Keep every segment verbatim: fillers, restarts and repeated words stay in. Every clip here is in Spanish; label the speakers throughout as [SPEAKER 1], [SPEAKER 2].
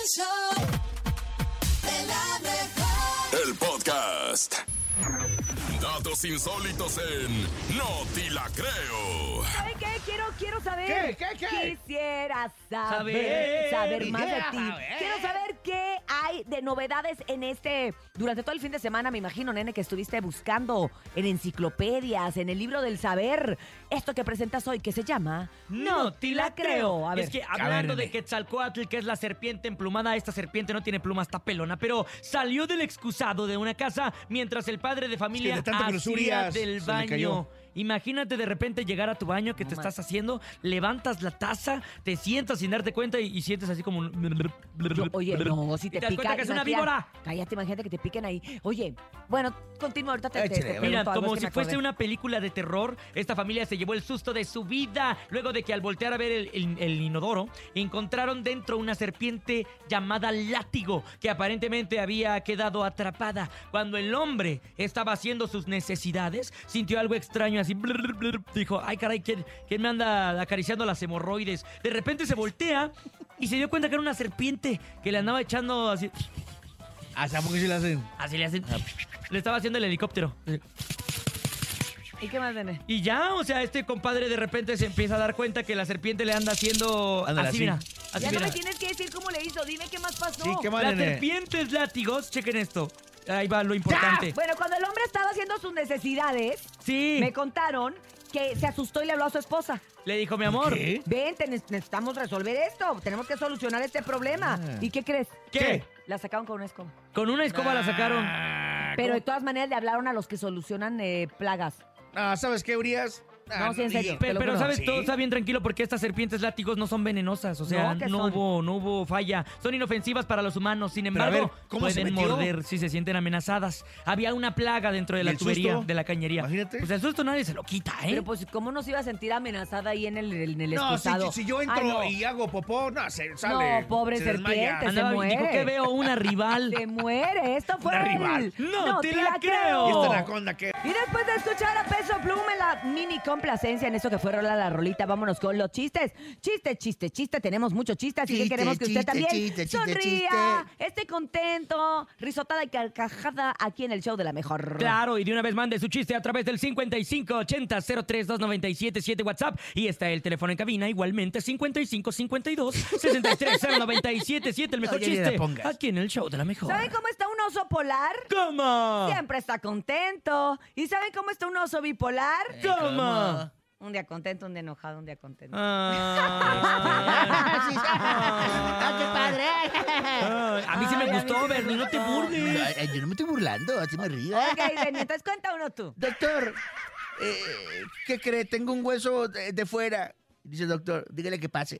[SPEAKER 1] El show de la mejor.
[SPEAKER 2] El podcast. Datos insólitos en No Te La Creo.
[SPEAKER 3] ¿Saben qué? Quiero, quiero saber.
[SPEAKER 4] ¿Qué? ¿Qué? ¿Qué?
[SPEAKER 3] Quisiera saber.
[SPEAKER 4] Saber.
[SPEAKER 3] Saber más de
[SPEAKER 4] Quisiera
[SPEAKER 3] ti.
[SPEAKER 4] saber.
[SPEAKER 3] Quiero saber qué hay de novedades en este. Durante todo el fin de semana, me imagino, nene, que estuviste buscando en enciclopedias, en el libro del saber. Esto que presentas hoy, que se llama
[SPEAKER 5] No te la creo.
[SPEAKER 3] A ver.
[SPEAKER 5] Es que hablando
[SPEAKER 4] ver,
[SPEAKER 5] de Quetzalcóatl, que es la serpiente emplumada, esta serpiente no tiene plumas, está pelona, pero salió del excusado de una casa mientras el padre de familia
[SPEAKER 4] Es que de tanta
[SPEAKER 5] hacía
[SPEAKER 4] grosurias
[SPEAKER 5] del
[SPEAKER 4] se le
[SPEAKER 5] baño.
[SPEAKER 4] cayó.
[SPEAKER 5] Imagínate de repente llegar a tu baño que te estás haciendo, levantas la taza, te sientas sin darte cuenta y, y sientes así como un...
[SPEAKER 3] No, oye, no, si
[SPEAKER 5] Y
[SPEAKER 3] te,
[SPEAKER 5] te das
[SPEAKER 3] pica.
[SPEAKER 5] cuenta que es una
[SPEAKER 3] imagina-
[SPEAKER 5] víbora.
[SPEAKER 3] Cállate, imagínate que te piquen ahí. Oye, bueno, continúa, ahorita te, te, te
[SPEAKER 4] Échale,
[SPEAKER 3] pregunto
[SPEAKER 5] Mira,
[SPEAKER 3] algo,
[SPEAKER 5] como
[SPEAKER 3] es que
[SPEAKER 5] si
[SPEAKER 3] me
[SPEAKER 5] fuese
[SPEAKER 3] acordé.
[SPEAKER 5] una película de terror, esta familia se llevó el susto de su vida luego de que al voltear a ver el, el- el inodoro, encontraron dentro una serpiente llamada látigo que aparentemente había quedado atrapada. Cuando el hombre estaba haciendo sus necesidades, sintió algo extraño así. blr, blr, dijo, ay caray, ¿quién, quién me anda acariciando las hemorroides? De repente se voltea y se dio cuenta que era una serpiente que le andaba echando así.
[SPEAKER 4] Ah, ¿sabes por qué se le hacen?
[SPEAKER 5] Así le hacen. Le estaba haciendo el helicóptero.
[SPEAKER 3] ¿Y qué más, nene?
[SPEAKER 5] Y ya, o sea, este compadre de repente se empieza a dar cuenta que la serpiente le anda haciendo
[SPEAKER 4] Ándale,
[SPEAKER 5] así,
[SPEAKER 4] así.
[SPEAKER 5] mira. Así,
[SPEAKER 3] Ya no
[SPEAKER 5] mira.
[SPEAKER 3] me tienes que decir cómo le hizo, dime qué más pasó.
[SPEAKER 4] Sí, ¿qué más,
[SPEAKER 5] Las
[SPEAKER 4] nene?
[SPEAKER 5] serpientes látigos, chequen esto. Ahí va lo importante.
[SPEAKER 3] Bueno, cuando el hombre estaba haciendo sus necesidades,
[SPEAKER 5] Sí,
[SPEAKER 3] me contaron que se asustó y le habló a su esposa.
[SPEAKER 5] le dijo mi amor.
[SPEAKER 4] ¿Qué?
[SPEAKER 3] Ven, te ne- necesitamos resolver esto. Tenemos que solucionar este problema.
[SPEAKER 4] Ah.
[SPEAKER 3] ¿Y qué crees?
[SPEAKER 5] ¿Qué?
[SPEAKER 3] La sacaron con una escoba.
[SPEAKER 5] Con una escoba la sacaron.
[SPEAKER 4] Ah,
[SPEAKER 3] Pero
[SPEAKER 4] ¿cómo?
[SPEAKER 3] de todas maneras le hablaron a los que solucionan eh, plagas.
[SPEAKER 4] Ah, ¿sabes qué, Urias? Ah,
[SPEAKER 3] No, sí, en
[SPEAKER 4] ni-
[SPEAKER 3] serio.
[SPEAKER 5] Pe-
[SPEAKER 3] te lo
[SPEAKER 5] pero,
[SPEAKER 3] juro.
[SPEAKER 5] ¿sabes?
[SPEAKER 4] Sí.
[SPEAKER 5] Todo está bien tranquilo porque estas serpientes látigos no son venenosas. O sea,
[SPEAKER 3] No, ¿qué
[SPEAKER 5] no,
[SPEAKER 3] son?
[SPEAKER 5] hubo, no hubo falla. Son inofensivas para los humanos. Sin
[SPEAKER 4] Pero a
[SPEAKER 5] embargo,
[SPEAKER 4] ver, ¿cómo se
[SPEAKER 5] pueden
[SPEAKER 4] metió?
[SPEAKER 5] morder si se sienten amenazadas. Había una plaga dentro de
[SPEAKER 4] ¿Y
[SPEAKER 5] la
[SPEAKER 4] el
[SPEAKER 5] tubería
[SPEAKER 4] susto?
[SPEAKER 5] de la cañería.
[SPEAKER 4] Imagínate.
[SPEAKER 5] Pues el susto nadie se lo quita, ¿eh?
[SPEAKER 3] Pero pues, ¿cómo no se iba a sentir amenazada ahí en el, en el
[SPEAKER 4] No, si,
[SPEAKER 3] excusado?
[SPEAKER 4] si yo entro
[SPEAKER 3] Ay, no.
[SPEAKER 4] y hago popó, no, se sale.
[SPEAKER 3] No, pobre
[SPEAKER 4] se desmaya.
[SPEAKER 3] serpiente.
[SPEAKER 5] Andaba
[SPEAKER 3] se
[SPEAKER 5] y dijo
[SPEAKER 3] muere.
[SPEAKER 5] que veo una rival.
[SPEAKER 3] Se muere. Esto fue
[SPEAKER 4] Una
[SPEAKER 3] el-
[SPEAKER 4] rival.
[SPEAKER 5] No te la creo.
[SPEAKER 4] ¿Y esta anaconda qué?
[SPEAKER 3] Y después de escuchar a Peso Pluma en la mini complacencia en eso que fue rola la rolita, vámonos con los chistes. Chiste, chiste, chiste. Tenemos muchos chistes, así que
[SPEAKER 4] Chiste,
[SPEAKER 3] queremos que usted
[SPEAKER 4] chiste,
[SPEAKER 3] también
[SPEAKER 4] chiste, chiste,
[SPEAKER 3] sonría, esté contento, risotada y carcajada aquí en el show de la mejor.
[SPEAKER 5] Claro, y de una vez mande su chiste a través del cincuenta y cinco ochenta cero tres dos nueve siete siete WhatsApp. Y está el teléfono en cabina, igualmente cincuenta y cinco cincuenta y dos sesenta y tres cero nueve siete siete. El mejor
[SPEAKER 4] Oye, ni la
[SPEAKER 5] chiste
[SPEAKER 4] pongas.
[SPEAKER 5] aquí en el show de la mejor.
[SPEAKER 3] ¿Saben cómo está un oso polar?
[SPEAKER 5] ¿Cómo?
[SPEAKER 3] Siempre está contento. ¿Y saben cómo está un oso bipolar?
[SPEAKER 5] ¿Cómo?
[SPEAKER 3] Un día contento, un día enojado, un día contento.
[SPEAKER 5] Ah,
[SPEAKER 4] ¡Ah, qué padre!
[SPEAKER 5] Ay, a mí sí
[SPEAKER 3] Ay,
[SPEAKER 5] me
[SPEAKER 3] a mí
[SPEAKER 5] gustó,
[SPEAKER 3] sí me
[SPEAKER 5] Bernie, no te
[SPEAKER 3] gustó.
[SPEAKER 5] burles.
[SPEAKER 4] Ay, yo no me estoy burlando, así me río.
[SPEAKER 3] Ok, Denny, entonces cuenta uno tú.
[SPEAKER 4] Doctor, eh, ¿qué cree? Tengo un hueso de, de fuera. Dice el doctor, dígale que pase.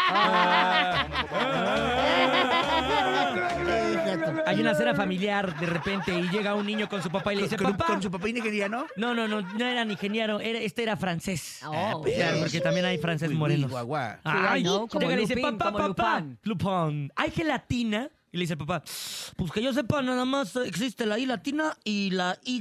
[SPEAKER 5] Hay una cena familiar de repente y llega un niño con su papá y le dice,
[SPEAKER 4] ¿Con,
[SPEAKER 5] papá.
[SPEAKER 4] con su papá nigeriano?
[SPEAKER 5] No, no, no, no era ingeniero, era, este era francés.
[SPEAKER 3] Oh.
[SPEAKER 5] Claro, porque también hay francés
[SPEAKER 4] Uy, uy,
[SPEAKER 5] morenos.
[SPEAKER 4] guagua.
[SPEAKER 5] Ay,
[SPEAKER 3] I know, como
[SPEAKER 5] llega y le dice,
[SPEAKER 3] Lupin,
[SPEAKER 5] papá,
[SPEAKER 3] como
[SPEAKER 5] papá,
[SPEAKER 3] Lupin.
[SPEAKER 5] Lupin, ¿hay gelatina? Y le dice el papá, pues que yo sepa, nada más existe la I latina y la Y.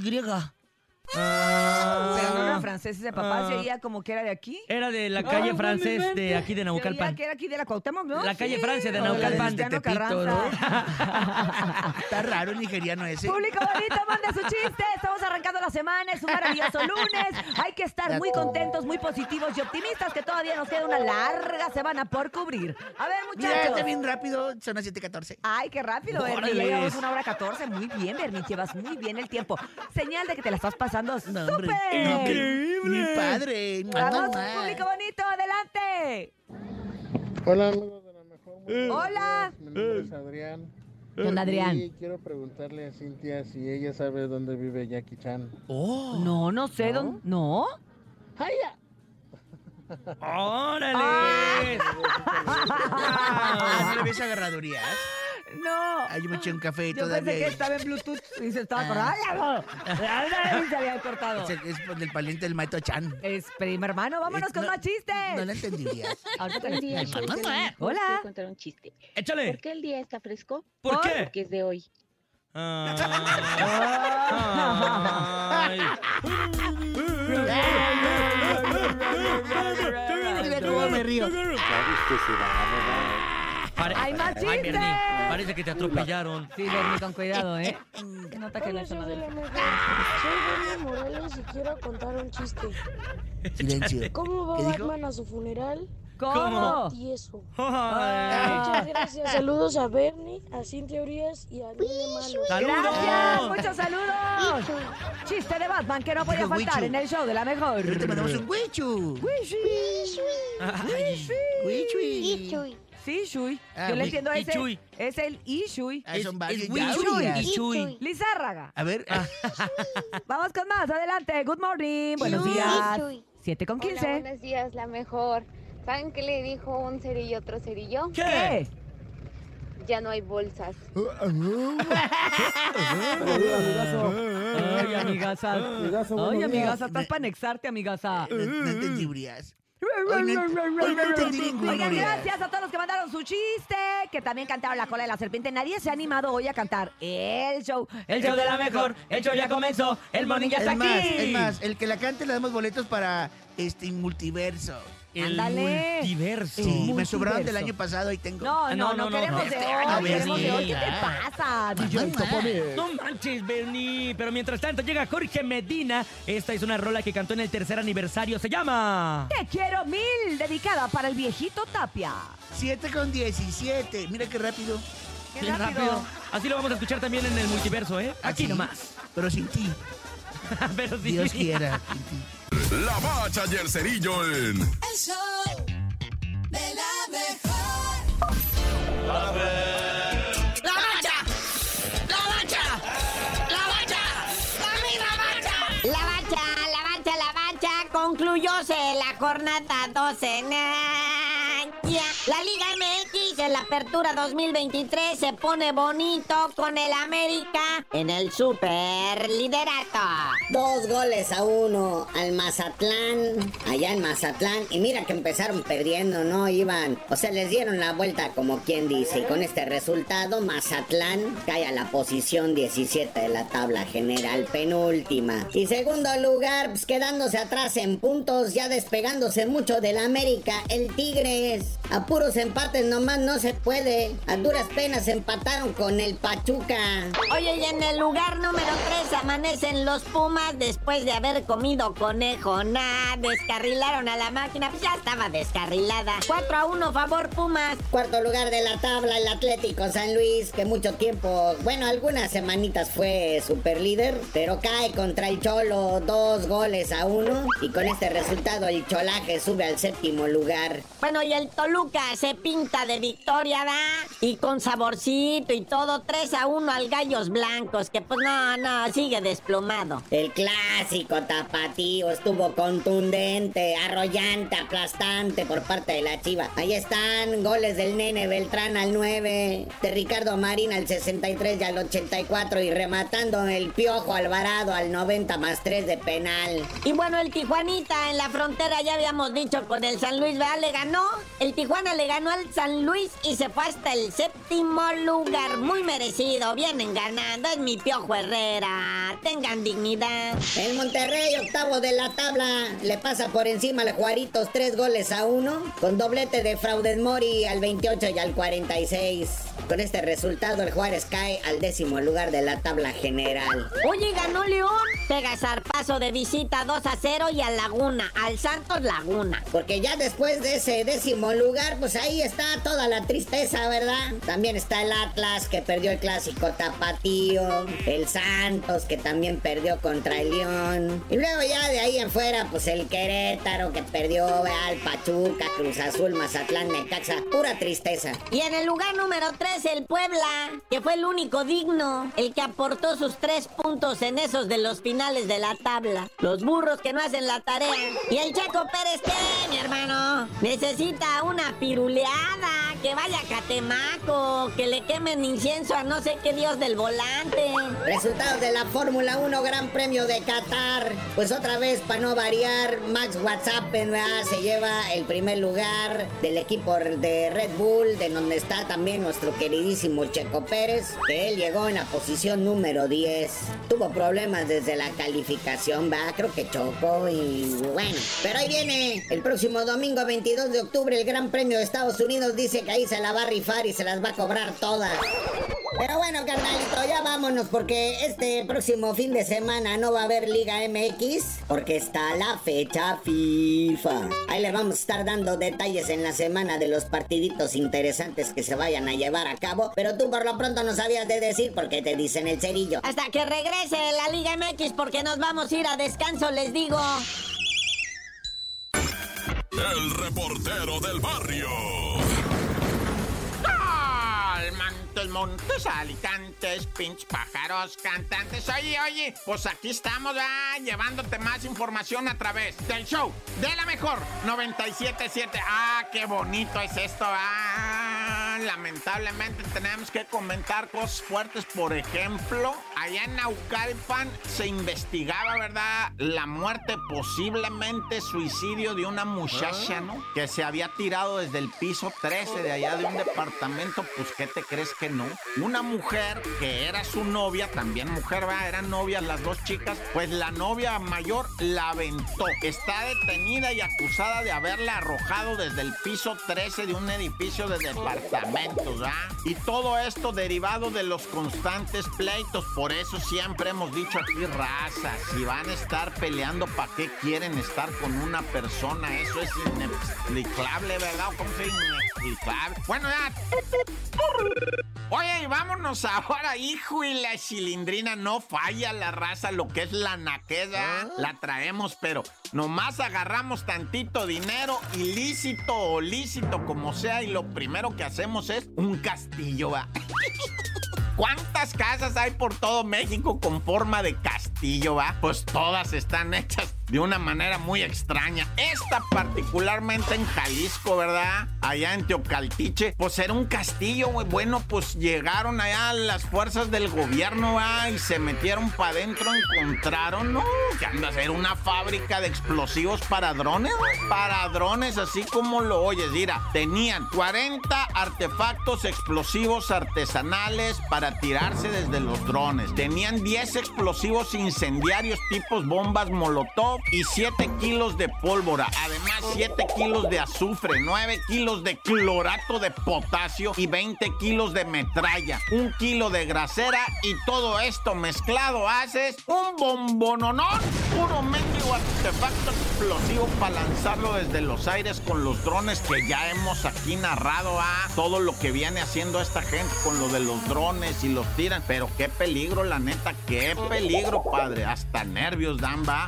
[SPEAKER 5] Ah.
[SPEAKER 3] Pero no era francés ese papá,
[SPEAKER 5] Ah.
[SPEAKER 3] se oía como que era de aquí.
[SPEAKER 5] Era de la calle
[SPEAKER 3] Ah,
[SPEAKER 5] francés
[SPEAKER 3] buena
[SPEAKER 5] de
[SPEAKER 3] mente.
[SPEAKER 5] aquí de
[SPEAKER 3] Se oía
[SPEAKER 5] Naucalpan.
[SPEAKER 3] que era aquí de la Cuauhtémoc, ¿no?
[SPEAKER 5] La calle Francia de
[SPEAKER 3] o la
[SPEAKER 5] Naucalpan.
[SPEAKER 3] Venustiano
[SPEAKER 4] De Tepito,
[SPEAKER 3] Carranza.
[SPEAKER 4] Está raro el nigeriano ese.
[SPEAKER 3] Público bonito, mande su chiste. Estamos arrancando la semana, es un maravilloso lunes. Hay que estar muy contentos, muy positivos y optimistas, que todavía nos queda una larga semana por cubrir. A ver,
[SPEAKER 4] Mira,
[SPEAKER 3] muchachos.
[SPEAKER 4] está bien rápido, son las siete catorce.
[SPEAKER 3] Ay, qué rápido, Bernie.
[SPEAKER 5] Órale.
[SPEAKER 3] Ya llevamos una hora catorce. Muy bien, Bernie. Llevas muy bien el tiempo. Señal de que te la estás pasando
[SPEAKER 4] No, hombre.
[SPEAKER 3] súper.
[SPEAKER 4] No,
[SPEAKER 5] Increíble.
[SPEAKER 4] Mi padre.
[SPEAKER 3] Vamos,
[SPEAKER 4] Mamá.
[SPEAKER 3] público bonito, adelante.
[SPEAKER 6] Hola amigos de la mejor. Muy buenos
[SPEAKER 3] Hola.
[SPEAKER 6] días. Mi nombre es Adrián.
[SPEAKER 3] ¿Qué onda, Adrián?
[SPEAKER 6] Y quiero preguntarle a Cintia si ella sabe dónde vive Jackie Chan.
[SPEAKER 4] Oh.
[SPEAKER 3] No, no sé
[SPEAKER 6] ¿No?
[SPEAKER 3] dónde. ¿No?
[SPEAKER 6] ¡Jaya!
[SPEAKER 5] ¡Órale!
[SPEAKER 4] Ah, ¿no le ves agarradurías?
[SPEAKER 3] No.
[SPEAKER 4] Ah, yo me eché un café
[SPEAKER 3] Yo
[SPEAKER 4] todavía.
[SPEAKER 3] pensé que estaba en Bluetooth y se estaba cortando. ¡Ay, se había cortado!
[SPEAKER 4] Es, el- es por del pariente del Maito Chan.
[SPEAKER 3] Es primo hermano, vámonos
[SPEAKER 4] Eh,
[SPEAKER 3] con
[SPEAKER 4] no-
[SPEAKER 3] más chistes.
[SPEAKER 4] No lo entenderías.
[SPEAKER 3] Ahorita te
[SPEAKER 7] Buen día,
[SPEAKER 3] explico.
[SPEAKER 7] show de la mejor.
[SPEAKER 3] Hola.
[SPEAKER 7] Quiero contar un chiste.
[SPEAKER 5] ¡Échale!
[SPEAKER 7] ¿Por qué el día está fresco?
[SPEAKER 5] ¿Por qué?
[SPEAKER 7] Porque es de hoy.
[SPEAKER 5] Ay.
[SPEAKER 4] Mira cómo me río.
[SPEAKER 6] ¿Sabes que se va, verdad?
[SPEAKER 5] Pare-
[SPEAKER 3] ¡Hay más
[SPEAKER 5] Ay, Bernie,
[SPEAKER 3] chistes!
[SPEAKER 5] parece que te atropellaron.
[SPEAKER 3] Sí, Bernie, con cuidado, ¿eh? Se nota que no
[SPEAKER 8] Hola,
[SPEAKER 3] es
[SPEAKER 8] soy
[SPEAKER 3] una
[SPEAKER 8] de
[SPEAKER 3] de
[SPEAKER 8] la
[SPEAKER 3] las-
[SPEAKER 8] mejor. Soy Bernie Morales y quiero contar un chiste.
[SPEAKER 4] Silencio.
[SPEAKER 8] ¿Cómo va
[SPEAKER 4] ¿Qué dijo?
[SPEAKER 8] Batman a su funeral?
[SPEAKER 3] ¿Cómo?
[SPEAKER 8] Tieso.
[SPEAKER 5] Ay.
[SPEAKER 8] Muchas gracias. Saludos a Bernie, a Cintia Urias y a Nene Malos.
[SPEAKER 5] ¡Saludos!
[SPEAKER 3] ¡Gracias! ¡Muchos saludos! Chiste de Batman que no podía
[SPEAKER 4] Dijo
[SPEAKER 3] faltar
[SPEAKER 4] Huichu.
[SPEAKER 3] en el show de la mejor.
[SPEAKER 4] Pero te mandamos un huichu.
[SPEAKER 5] Ay.
[SPEAKER 4] Huichui.
[SPEAKER 3] Sí, Shui.
[SPEAKER 4] Ah,
[SPEAKER 3] Yo le
[SPEAKER 4] Hui-
[SPEAKER 3] entiendo a ese.
[SPEAKER 5] Ichui.
[SPEAKER 3] Es el Ishui.
[SPEAKER 4] Ah,
[SPEAKER 5] Es-
[SPEAKER 4] son
[SPEAKER 5] es
[SPEAKER 4] varios.
[SPEAKER 5] Wishui.
[SPEAKER 4] Ya,
[SPEAKER 5] Ichui.
[SPEAKER 3] Lizárraga.
[SPEAKER 4] A ver.
[SPEAKER 3] Vamos con más. Adelante. Good morning. Buenos
[SPEAKER 4] Ichui.
[SPEAKER 3] días. siete con
[SPEAKER 9] Hola,
[SPEAKER 3] quince.
[SPEAKER 9] buenos días, la mejor. ¿Saben qué le dijo un cerillo a otro cerillo?
[SPEAKER 5] ¿Qué?
[SPEAKER 3] ¿Qué?
[SPEAKER 9] Ya no hay bolsas.
[SPEAKER 3] Ay, amigasa. Ay, amigasa. Estás para anexarte, amigasa.
[SPEAKER 4] No, no entendí, Urias. Hoy no, ent- hoy no entendí ningún
[SPEAKER 3] Oigan,
[SPEAKER 4] Urias.
[SPEAKER 3] gracias a todos los que mandaron su chiste, que también cantaron La Cola de la Serpiente. Nadie se ha animado hoy a cantar el show.
[SPEAKER 5] El show de la mejor, el show ya comenzó, el morning ya está
[SPEAKER 4] Es más,
[SPEAKER 5] aquí.
[SPEAKER 4] es más, el que la cante le damos boletos para este multiverso.
[SPEAKER 5] El
[SPEAKER 3] Ándale.
[SPEAKER 5] multiverso.
[SPEAKER 4] Sí, me sobraron del
[SPEAKER 3] multiverso.
[SPEAKER 4] año pasado y tengo.
[SPEAKER 3] No, no,
[SPEAKER 5] No,
[SPEAKER 3] no,
[SPEAKER 5] no, no,
[SPEAKER 3] queremos
[SPEAKER 5] no.
[SPEAKER 3] de
[SPEAKER 4] Este
[SPEAKER 3] hoy,
[SPEAKER 4] año,
[SPEAKER 3] queremos de hoy. ¿Qué te
[SPEAKER 4] Bernie.
[SPEAKER 3] pasa, D J
[SPEAKER 4] Mamá.
[SPEAKER 3] Topones?
[SPEAKER 5] No manches, Bernie. Pero mientras tanto llega Jorge Medina. Esta es una rola que cantó en el tercer aniversario. Se llama...
[SPEAKER 3] Te quiero mil, dedicada para el viejito Tapia.
[SPEAKER 4] siete con diecisiete. Mira qué rápido.
[SPEAKER 3] Qué
[SPEAKER 5] Bien
[SPEAKER 3] rápido.
[SPEAKER 5] Así lo vamos a escuchar también en el multiverso, ¿eh? Aquí
[SPEAKER 4] Así,
[SPEAKER 5] nomás.
[SPEAKER 4] Pero sin ti.
[SPEAKER 5] Pero sí.
[SPEAKER 4] Dios quiera. Sin ti.
[SPEAKER 2] La Bacha y el Cerillo en
[SPEAKER 1] El show de la mejor.
[SPEAKER 10] ¡La bacha! ¡La bacha! ¡La bacha! ¡La bacha!
[SPEAKER 11] La bacha, la bacha, la bacha, concluyóse la jornada doce. Nah, ya. La Liga M X en la apertura dos mil veintitrés se pone bonito con el América en el super liderato.
[SPEAKER 12] Dos goles a uno al Mazatlán, allá en Mazatlán. Y mira que empezaron perdiendo, ¿no? Iban, o sea, les dieron la vuelta como quien dice. Y con este resultado, Mazatlán cae a la posición diecisiete de la tabla general, penúltima. Y segundo lugar, pues quedándose atrás en puntos, ya despegándose mucho del América, el Tigres. A puros empates nomás no se puede. A duras penas empataron con el Pachuca.
[SPEAKER 11] Oye, y en el lugar número tres amanecen los Pumas después de haber comido conejo. Nah, descarrilaron a la máquina, pues ya estaba descarrilada. cuatro a uno favor Pumas.
[SPEAKER 12] Cuarto lugar de la tabla, el Atlético San Luis, que mucho tiempo, bueno, algunas semanitas fue super líder, pero cae contra el Cholo, dos goles a uno. Y con este resultado, el Cholaje sube al séptimo lugar.
[SPEAKER 11] Bueno, y el Toluca se pinta de victoria, ¿va? Y con saborcito y todo, tres a uno al Gallos Blancos, que pues no, no, sigue desplomado.
[SPEAKER 12] El clásico tapatío estuvo contundente, arrollante, aplastante por parte de la Chiva. Ahí están, goles del Nene Beltrán al nueve, de Ricardo Marín al sesenta y tres y al ochenta y cuatro, y rematando el Piojo Alvarado al noventa más tres de penal.
[SPEAKER 11] Y bueno, el Tijuanita en la frontera, ya habíamos dicho, con el San Luis, ¿verdad? Le ganó, el Tijuana le ganó al San Luis y se fue hasta el séptimo lugar. Muy merecido, vienen ganando, es mi Piojo Herrera, tengan dignidad.
[SPEAKER 12] El Monterrey, octavo de la tabla, le pasa por encima al Juaritos tres goles a uno, con doblete de Fraudes Mori al veintiocho y al cuarenta y seis. Con este resultado, el Juárez cae al décimo lugar de la tabla general.
[SPEAKER 11] Oye, ganó León, pega zarpazo de visita dos a cero y al Laguna, al Santos Laguna.
[SPEAKER 12] Porque ya después de ese décimo lugar, pues ahí está toda la tristeza, ¿verdad? También está el Atlas, que perdió el clásico tapatío, el Santos, que también perdió contra el León, y luego ya de ahí en fuera, pues el Querétaro, que perdió al Pachuca, Cruz Azul, Mazatlán, Necaxa, pura tristeza.
[SPEAKER 11] Y en el lugar número tres, el Puebla, que fue el único digno, el que aportó sus tres puntos en esos de los finales de la tabla. Los burros que no hacen la tarea. Y el Checo Pérez, ¿qué, mi hermano? Necesita una piruleada, que vaya a Catemaco, que le quemen incienso a no sé qué dios del volante.
[SPEAKER 12] Resultados de la Fórmula uno Gran Premio de Qatar. Pues otra vez, para no variar, Max Verstappen, ¿verdad?, se lleva el primer lugar del equipo de Red Bull, de donde está también nuestro queridísimo Checo Pérez, que él llegó en la posición número diez. Tuvo problemas desde la calificación, va, creo que chocó y bueno. Pero ahí viene el próximo domingo veintidós de octubre el Gran Premio de Estados Unidos. Dice que ahí se la va a rifar y se las va a cobrar todas. Pero bueno, carnalito, ya vámonos porque este próximo fin de semana no va a haber Liga M X porque está la fecha FIFA. Ahí les vamos a estar dando detalles en la semana de los partiditos interesantes que se vayan a llevar a cabo. Pero tú por lo pronto no sabías de decir por qué te dicen el cerillo.
[SPEAKER 11] Hasta que regrese la Liga M X porque nos vamos a ir a descanso, les digo.
[SPEAKER 2] El reportero del barrio.
[SPEAKER 13] Montes, montes, alicantes, pinch pájaros, cantantes. Oye, oye, pues aquí estamos, ah, llevándote más información a través del show de la mejor noventa y siete punto siete. Ah, qué bonito es esto, ah. Lamentablemente tenemos que comentar cosas fuertes. Por ejemplo, allá en Naucalpan se investigaba, ¿verdad?, la muerte, posiblemente suicidio de una muchacha, ¿no?, que se había tirado desde el piso trece de allá de un departamento. Pues, ¿qué te crees que no? Una mujer que era su novia, también mujer, va, eran novias las dos chicas, pues la novia mayor la aventó. Está detenida y acusada de haberla arrojado desde el piso trece de un edificio de departamentos, ¿ah? Y todo esto derivado de los constantes pleitos. Por eso siempre hemos dicho aquí, raza, si van a estar peleando, ¿para qué quieren estar con una persona? Eso es inexplicable, ¿verdad? ¿Cómo se dice? Inexplicable. Bueno, ya. Oye, y vámonos ahora, hijo, y la chilindrina no falla, la raza, lo que es la naqueda, ¿Ah? La traemos, pero nomás agarramos tantito dinero, ilícito o lícito, como sea, y lo primero que hacemos es un castillo, va. ¿Cuántas casas hay por todo México con forma de castillo, va? Pues todas están hechas de una manera muy extraña. Esta particularmente en Jalisco, ¿verdad? Allá en Teocaltiche, pues era un castillo, güey. Bueno, pues llegaron allá las fuerzas del gobierno, ¿va? Y se metieron para adentro, encontraron, ¿no? Que anda a ser una fábrica de explosivos para drones, ¿no? Para drones, así como lo oyes. Mira, tenían cuarenta artefactos explosivos artesanales para tirarse desde los drones. Tenían diez explosivos incendiarios tipos bombas molotov y siete kilos de pólvora. Además, siete kilos de azufre, nueve kilos de clorato de potasio y veinte kilos de metralla, un kilo de grasera, y todo esto mezclado haces un bombononón, puro mendigo artefacto explosivo para lanzarlo desde los aires con los drones, que ya hemos aquí narrado a ¿ah? Todo lo que viene haciendo esta gente con lo de los drones y los tiran. Pero qué peligro, la neta, qué peligro, padre. Hasta nervios dan, va.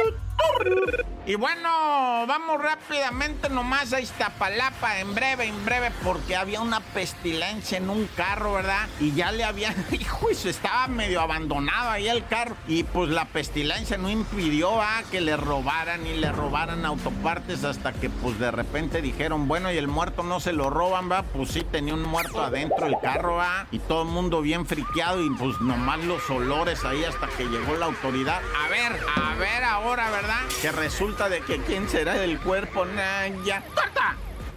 [SPEAKER 13] Y bueno, vamos rápidamente nomás a Iztapalapa, en breve, en breve, porque había una pestilencia en un carro, ¿verdad? Y ya le habían, hijo, se estaba medio abandonado ahí el carro. Y pues la pestilencia no impidió a que le robaran y le robaran autopartes, hasta que pues de repente dijeron, bueno, y el muerto no se lo roban, ¿va? Pues sí, tenía un muerto adentro el carro, ¿va? Y todo el mundo bien friqueado, y pues nomás los olores ahí hasta que llegó la autoridad. A ver, a ver ahora, ¿verdad? Que resulta de que quién será el cuerpo, Naya. ¡Corta!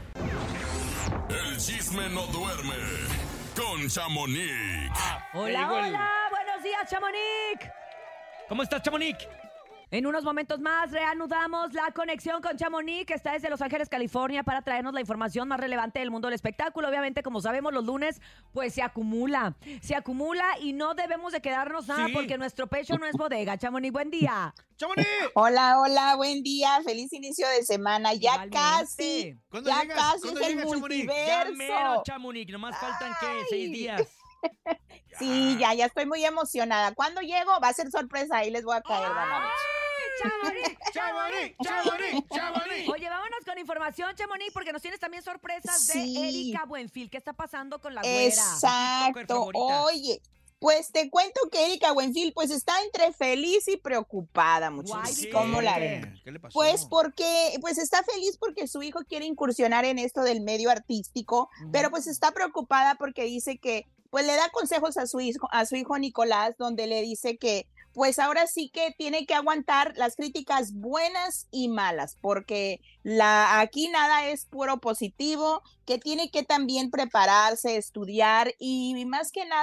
[SPEAKER 2] El chisme no duerme con Chamonix.
[SPEAKER 3] Hola, hola, buenos días, Chamonix.
[SPEAKER 5] ¿Cómo estás, Chamonix?
[SPEAKER 3] En unos momentos más reanudamos la conexión con Chamonix, que está desde Los Ángeles, California, para traernos la información más relevante del mundo del espectáculo. Obviamente, como sabemos, los lunes, pues se acumula, se acumula y no debemos de quedarnos nada, sí, porque nuestro pecho no es bodega. Chamonix, buen día.
[SPEAKER 4] ¡Chamonix!
[SPEAKER 14] Hola, hola, buen día, feliz inicio de semana. Ya
[SPEAKER 3] Igualmente.
[SPEAKER 14] casi,
[SPEAKER 4] ¿Cuándo
[SPEAKER 14] ya
[SPEAKER 4] llegas?
[SPEAKER 14] casi
[SPEAKER 4] ¿Cuándo
[SPEAKER 14] es el
[SPEAKER 4] llegas, Chamonix?
[SPEAKER 5] Ya
[SPEAKER 14] multiverso.
[SPEAKER 5] mero, Chamonix, nomás faltan, ¿qué? Seis días.
[SPEAKER 14] Sí, ya, ya estoy muy emocionada. ¿Cuándo llego? Va a ser sorpresa, ahí les voy a caer, van a ver.
[SPEAKER 3] Chamonix,
[SPEAKER 4] Chamonix, Chamonix, Chamonix.
[SPEAKER 3] Oye, vámonos con información, Chamonix, porque nos tienes también sorpresas
[SPEAKER 14] Sí.
[SPEAKER 3] de Erika Buenfil. ¿Qué está pasando con la güera?
[SPEAKER 14] Exacto. Oye, pues te cuento que Erika Buenfil pues está entre feliz y preocupada, muchachos.
[SPEAKER 3] Guay,
[SPEAKER 14] ¿Cómo
[SPEAKER 3] ¿qué?
[SPEAKER 14] la ven?
[SPEAKER 4] ¿Qué le pasó?
[SPEAKER 14] Pues porque pues está feliz porque su hijo quiere incursionar en esto del medio artístico,
[SPEAKER 3] Mm.
[SPEAKER 14] pero pues está preocupada porque dice que pues le da consejos a su hijo, a su hijo Nicolás, donde le dice que pues ahora sí que tiene que aguantar las críticas buenas y malas, porque la, aquí nada es puro positivo, que tiene que también prepararse, estudiar y más que nada,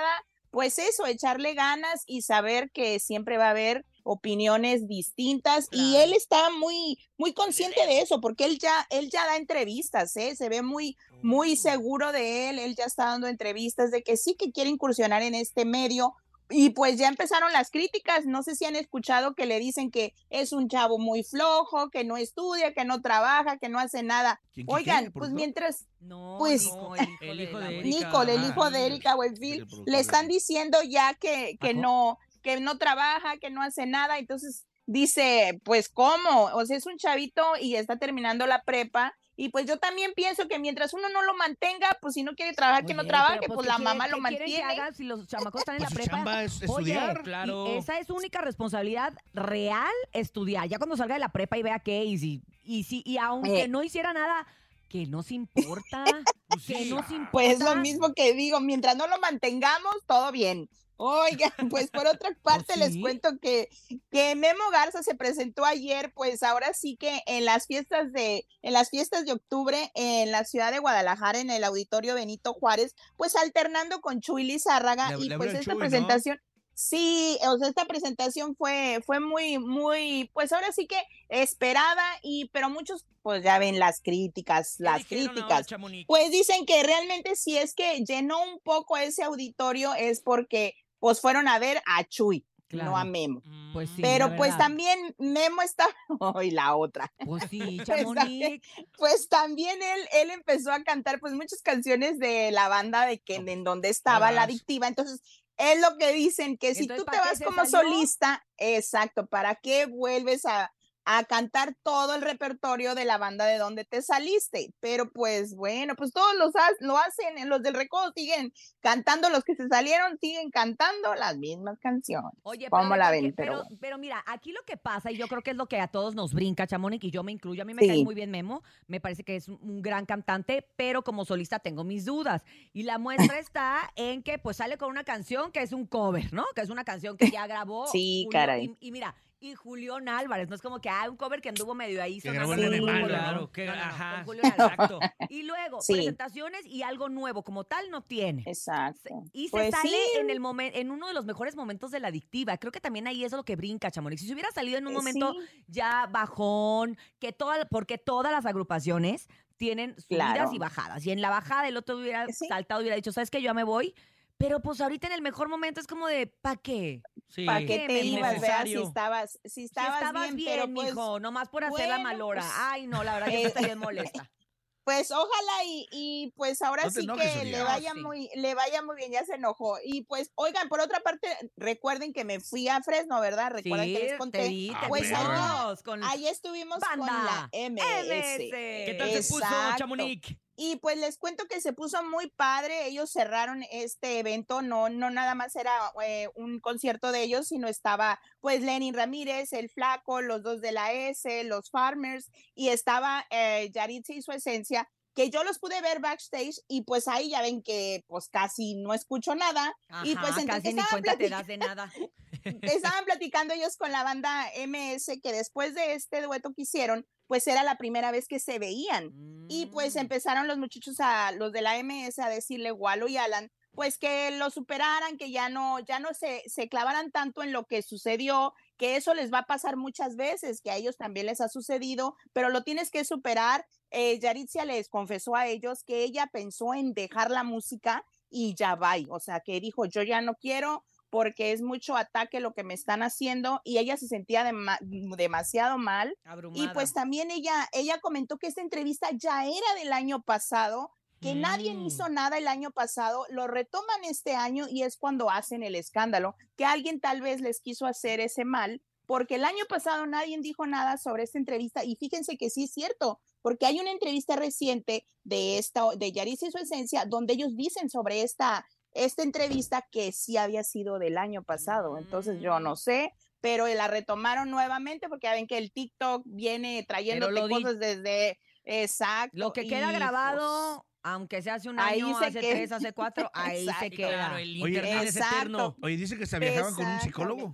[SPEAKER 14] pues eso, echarle ganas y saber que siempre va a haber opiniones distintas
[SPEAKER 3] Claro.
[SPEAKER 14] y él está muy muy consciente de eso porque él ya él ya da entrevistas, ¿eh? Se ve muy muy seguro de él, él ya está dando entrevistas de que sí que quiere incursionar en este medio. Y pues ya empezaron las críticas, no sé si han escuchado que le dicen que es un chavo muy flojo, que no estudia, que no trabaja, que no hace nada.
[SPEAKER 4] ¿Quién, quién,
[SPEAKER 14] Oigan,
[SPEAKER 4] quién,
[SPEAKER 14] pues
[SPEAKER 4] productor?
[SPEAKER 14] mientras,
[SPEAKER 3] No,
[SPEAKER 14] pues
[SPEAKER 3] no,
[SPEAKER 5] El hijo
[SPEAKER 3] la
[SPEAKER 5] de
[SPEAKER 3] abuelita.
[SPEAKER 5] Erika.
[SPEAKER 14] Nicole, el hijo
[SPEAKER 5] Ah,
[SPEAKER 14] de Erika
[SPEAKER 4] Sí,
[SPEAKER 14] Buenfil,
[SPEAKER 4] el productor
[SPEAKER 14] le
[SPEAKER 4] de
[SPEAKER 14] están
[SPEAKER 4] Erika.
[SPEAKER 14] diciendo ya que, que
[SPEAKER 5] Ajá.
[SPEAKER 14] no, que no trabaja, que no hace nada, entonces dice, pues ¿cómo? O sea, es un chavito y está terminando la prepa. Y pues yo también pienso que mientras uno no lo mantenga, pues si no quiere trabajar, que no
[SPEAKER 3] Oye,
[SPEAKER 14] trabaje,
[SPEAKER 3] pero,
[SPEAKER 14] pues
[SPEAKER 3] ¿qué
[SPEAKER 14] la
[SPEAKER 3] quieren-
[SPEAKER 14] mamá lo
[SPEAKER 3] qué quieren que
[SPEAKER 14] mantiene.
[SPEAKER 3] haga si los chamacos están en
[SPEAKER 4] Pues
[SPEAKER 3] la
[SPEAKER 4] su
[SPEAKER 3] prepa?
[SPEAKER 4] chamba es
[SPEAKER 3] Oye,
[SPEAKER 4] estudiar.
[SPEAKER 5] Claro.
[SPEAKER 3] y esa es su única responsabilidad real, estudiar. Ya cuando salga de la prepa y vea qué, y si, y si, y aunque
[SPEAKER 14] Eh.
[SPEAKER 3] no hiciera nada, que nos importa,
[SPEAKER 4] Pues
[SPEAKER 3] que
[SPEAKER 4] sí.
[SPEAKER 3] nos importa.
[SPEAKER 14] Pues lo mismo que digo, mientras no lo mantengamos, todo bien. Oigan, pues por otra parte les
[SPEAKER 3] sí.
[SPEAKER 14] cuento que, que Memo Garza se presentó ayer, pues ahora sí que en las fiestas de, en las fiestas de octubre en la ciudad de Guadalajara, en el Auditorio Benito Juárez, pues alternando con Chuy Lizárraga,
[SPEAKER 4] Le-
[SPEAKER 14] y
[SPEAKER 4] le
[SPEAKER 14] pues
[SPEAKER 4] abrió el
[SPEAKER 14] esta
[SPEAKER 4] Chuy, ¿no?
[SPEAKER 14] presentación, sí, o sea, esta presentación fue, fue muy, muy, pues ahora sí que esperada, y pero muchos, pues ya ven las críticas,
[SPEAKER 5] ¿Qué
[SPEAKER 14] las
[SPEAKER 5] dijeron ahora,
[SPEAKER 14] críticas.
[SPEAKER 5] Chamonix?
[SPEAKER 14] Pues dicen que realmente si es que llenó un poco ese auditorio es porque pues fueron a ver a Chuy,
[SPEAKER 3] Claro.
[SPEAKER 14] no a Memo.
[SPEAKER 3] Pues sí,
[SPEAKER 14] Pero
[SPEAKER 3] la
[SPEAKER 14] pues
[SPEAKER 3] verdad.
[SPEAKER 14] también Memo está, hoy la otra.
[SPEAKER 3] Pues sí,
[SPEAKER 14] Pues también,
[SPEAKER 3] Chamonix.
[SPEAKER 14] pues también él, él empezó a cantar pues muchas canciones de la banda de que en donde estaba la
[SPEAKER 4] Todas.
[SPEAKER 14] adictiva. Entonces, es lo que dicen, que si
[SPEAKER 3] Entonces,
[SPEAKER 14] tú te
[SPEAKER 3] ¿para qué
[SPEAKER 14] vas
[SPEAKER 3] se
[SPEAKER 14] como
[SPEAKER 3] salió?
[SPEAKER 14] solista, exacto, ¿para qué vuelves a, a cantar todo el repertorio de la banda de donde te saliste? Pero pues bueno, pues todos los ha- lo hacen, los del recodo siguen cantando, los que se salieron siguen cantando las mismas canciones.
[SPEAKER 3] Oye, pero,
[SPEAKER 14] ¿Cómo
[SPEAKER 3] de
[SPEAKER 14] la
[SPEAKER 3] cualquier-
[SPEAKER 14] ven? Pero,
[SPEAKER 3] pero,
[SPEAKER 14] bueno.
[SPEAKER 3] pero mira, aquí lo que pasa, y yo creo que es lo que a todos nos brinca, Chamonix, y yo me incluyo, a mí me
[SPEAKER 14] Sí.
[SPEAKER 3] cae muy bien Memo, me parece que es un- un gran cantante, pero como solista tengo mis dudas. Y la muestra está en que pues sale con una canción que es un cover, ¿no? Que es una canción que ya grabó.
[SPEAKER 14] Sí,
[SPEAKER 3] Julio-
[SPEAKER 14] caray.
[SPEAKER 3] Y, y mira, y Julián Álvarez, no es como que hay un cover que anduvo medio ahí
[SPEAKER 4] Que
[SPEAKER 3] sonando
[SPEAKER 4] grabó en
[SPEAKER 3] con
[SPEAKER 4] Alemania,
[SPEAKER 3] Julio,
[SPEAKER 5] claro,
[SPEAKER 3] ¿no?
[SPEAKER 5] que-
[SPEAKER 3] No, no, no,
[SPEAKER 5] ajá.
[SPEAKER 3] con Julián Álvarez.
[SPEAKER 5] Exacto.
[SPEAKER 3] Y luego,
[SPEAKER 14] Sí.
[SPEAKER 3] presentaciones y algo nuevo, como tal no tiene.
[SPEAKER 14] Exacto.
[SPEAKER 3] Y se
[SPEAKER 14] Pues
[SPEAKER 3] sale
[SPEAKER 14] sí.
[SPEAKER 3] en el momen- en uno de los mejores momentos de la adictiva. Creo que también ahí es lo que brinca, Chamonix. Si se hubiera salido en un
[SPEAKER 14] Eh,
[SPEAKER 3] momento
[SPEAKER 14] sí.
[SPEAKER 3] ya bajón, que toda, porque todas las agrupaciones tienen subidas
[SPEAKER 14] Claro.
[SPEAKER 3] y bajadas. Y en la bajada el otro hubiera
[SPEAKER 14] Sí.
[SPEAKER 3] saltado, hubiera dicho, ¿sabes qué? Yo ya me voy. Pero pues ahorita en el mejor momento es como de, ¿pa' qué?
[SPEAKER 5] Sí.
[SPEAKER 14] ¿Para qué
[SPEAKER 3] Sí,
[SPEAKER 14] te
[SPEAKER 3] Memo.
[SPEAKER 14] ibas, veas si
[SPEAKER 5] Innecesario.
[SPEAKER 14] estabas, si
[SPEAKER 3] Si
[SPEAKER 14] estabas,
[SPEAKER 3] estabas bien,
[SPEAKER 14] pero pues,
[SPEAKER 3] mijo, nomás por hacer la
[SPEAKER 14] bueno,
[SPEAKER 3] malora.
[SPEAKER 14] pues,
[SPEAKER 3] Ay, no, la verdad, yo
[SPEAKER 14] eh,
[SPEAKER 3] estoy bien molesta.
[SPEAKER 14] pues ojalá y, y, pues ahora
[SPEAKER 4] No te
[SPEAKER 14] sí
[SPEAKER 4] enojes,
[SPEAKER 14] que
[SPEAKER 4] Uriah.
[SPEAKER 14] le vaya
[SPEAKER 3] No, sí.
[SPEAKER 14] muy, le vaya muy bien, ya se enojó. Y pues, oigan, por otra parte, recuerden que me fui a Fresno, ¿verdad? Recuerden
[SPEAKER 3] Sí,
[SPEAKER 14] que les
[SPEAKER 3] te
[SPEAKER 14] conté.
[SPEAKER 3] vi, te
[SPEAKER 14] Pues
[SPEAKER 4] perra.
[SPEAKER 14] allá,
[SPEAKER 3] vimos con
[SPEAKER 14] allá estuvimos con la
[SPEAKER 3] banda
[SPEAKER 14] M
[SPEAKER 3] M
[SPEAKER 14] S.
[SPEAKER 3] S.
[SPEAKER 5] ¿Qué tal se puso,
[SPEAKER 14] Exacto.
[SPEAKER 5] Chamonix?
[SPEAKER 14] Y pues les cuento que se puso muy padre. Ellos cerraron este evento, no, no nada más era eh, un concierto de ellos, sino estaba pues Lenin Ramírez, el Flaco, los dos de la S, los Farmers, y estaba eh, Yaritza y su esencia, que yo los pude ver backstage, y pues ahí ya ven que pues casi no escucho nada. Y pues
[SPEAKER 3] Ajá,
[SPEAKER 14] entre que
[SPEAKER 3] casi ni
[SPEAKER 14] estaban
[SPEAKER 3] cuenta te
[SPEAKER 14] platic-
[SPEAKER 3] das de nada.
[SPEAKER 14] estaban platicando ellos con la banda M S que después de este dueto que hicieron, pues era la primera vez que se veían. Y pues
[SPEAKER 3] Mm.
[SPEAKER 14] empezaron los muchachos, a los de la M S, a decirle, Walo y Alan, pues que lo superaran, que ya no, ya no se, se clavaran tanto en lo que sucedió, que eso les va a pasar muchas veces, que a ellos también les ha sucedido, pero lo tienes que superar. Eh, Yaritzia les confesó a ellos que ella pensó en dejar la música y ya va, o sea, que dijo, yo ya no quiero porque es mucho ataque lo que me están haciendo, y ella se sentía dema- demasiado mal.
[SPEAKER 3] Abrumada.
[SPEAKER 14] Y pues también ella, ella comentó que esta entrevista ya era del año pasado, que nadie
[SPEAKER 5] Mm.
[SPEAKER 14] hizo nada el año pasado, lo retoman este año y es cuando hacen el escándalo, que alguien tal vez les quiso hacer ese mal, porque el año pasado nadie dijo nada sobre esta entrevista, y fíjense que sí es cierto, porque hay una entrevista reciente de esta, de Yaritza y su esencia, donde ellos dicen sobre esta, esta entrevista que sí había sido del año pasado. Entonces yo no sé, pero la retomaron nuevamente porque ya ven que el TikTok viene trayéndote
[SPEAKER 3] lo di-
[SPEAKER 14] cosas desde, exacto.
[SPEAKER 3] Lo que queda
[SPEAKER 14] y,
[SPEAKER 3] grabado, aunque sea hace un
[SPEAKER 14] ahí
[SPEAKER 3] año,
[SPEAKER 14] se
[SPEAKER 3] hace
[SPEAKER 14] queda.
[SPEAKER 3] tres, hace cuatro, ahí se
[SPEAKER 14] Exacto.
[SPEAKER 3] queda.
[SPEAKER 5] Claro, el
[SPEAKER 4] Oye,
[SPEAKER 5] internet es
[SPEAKER 14] exacto.
[SPEAKER 5] eterno.
[SPEAKER 4] Oye, dice que se viajaban con un psicólogo.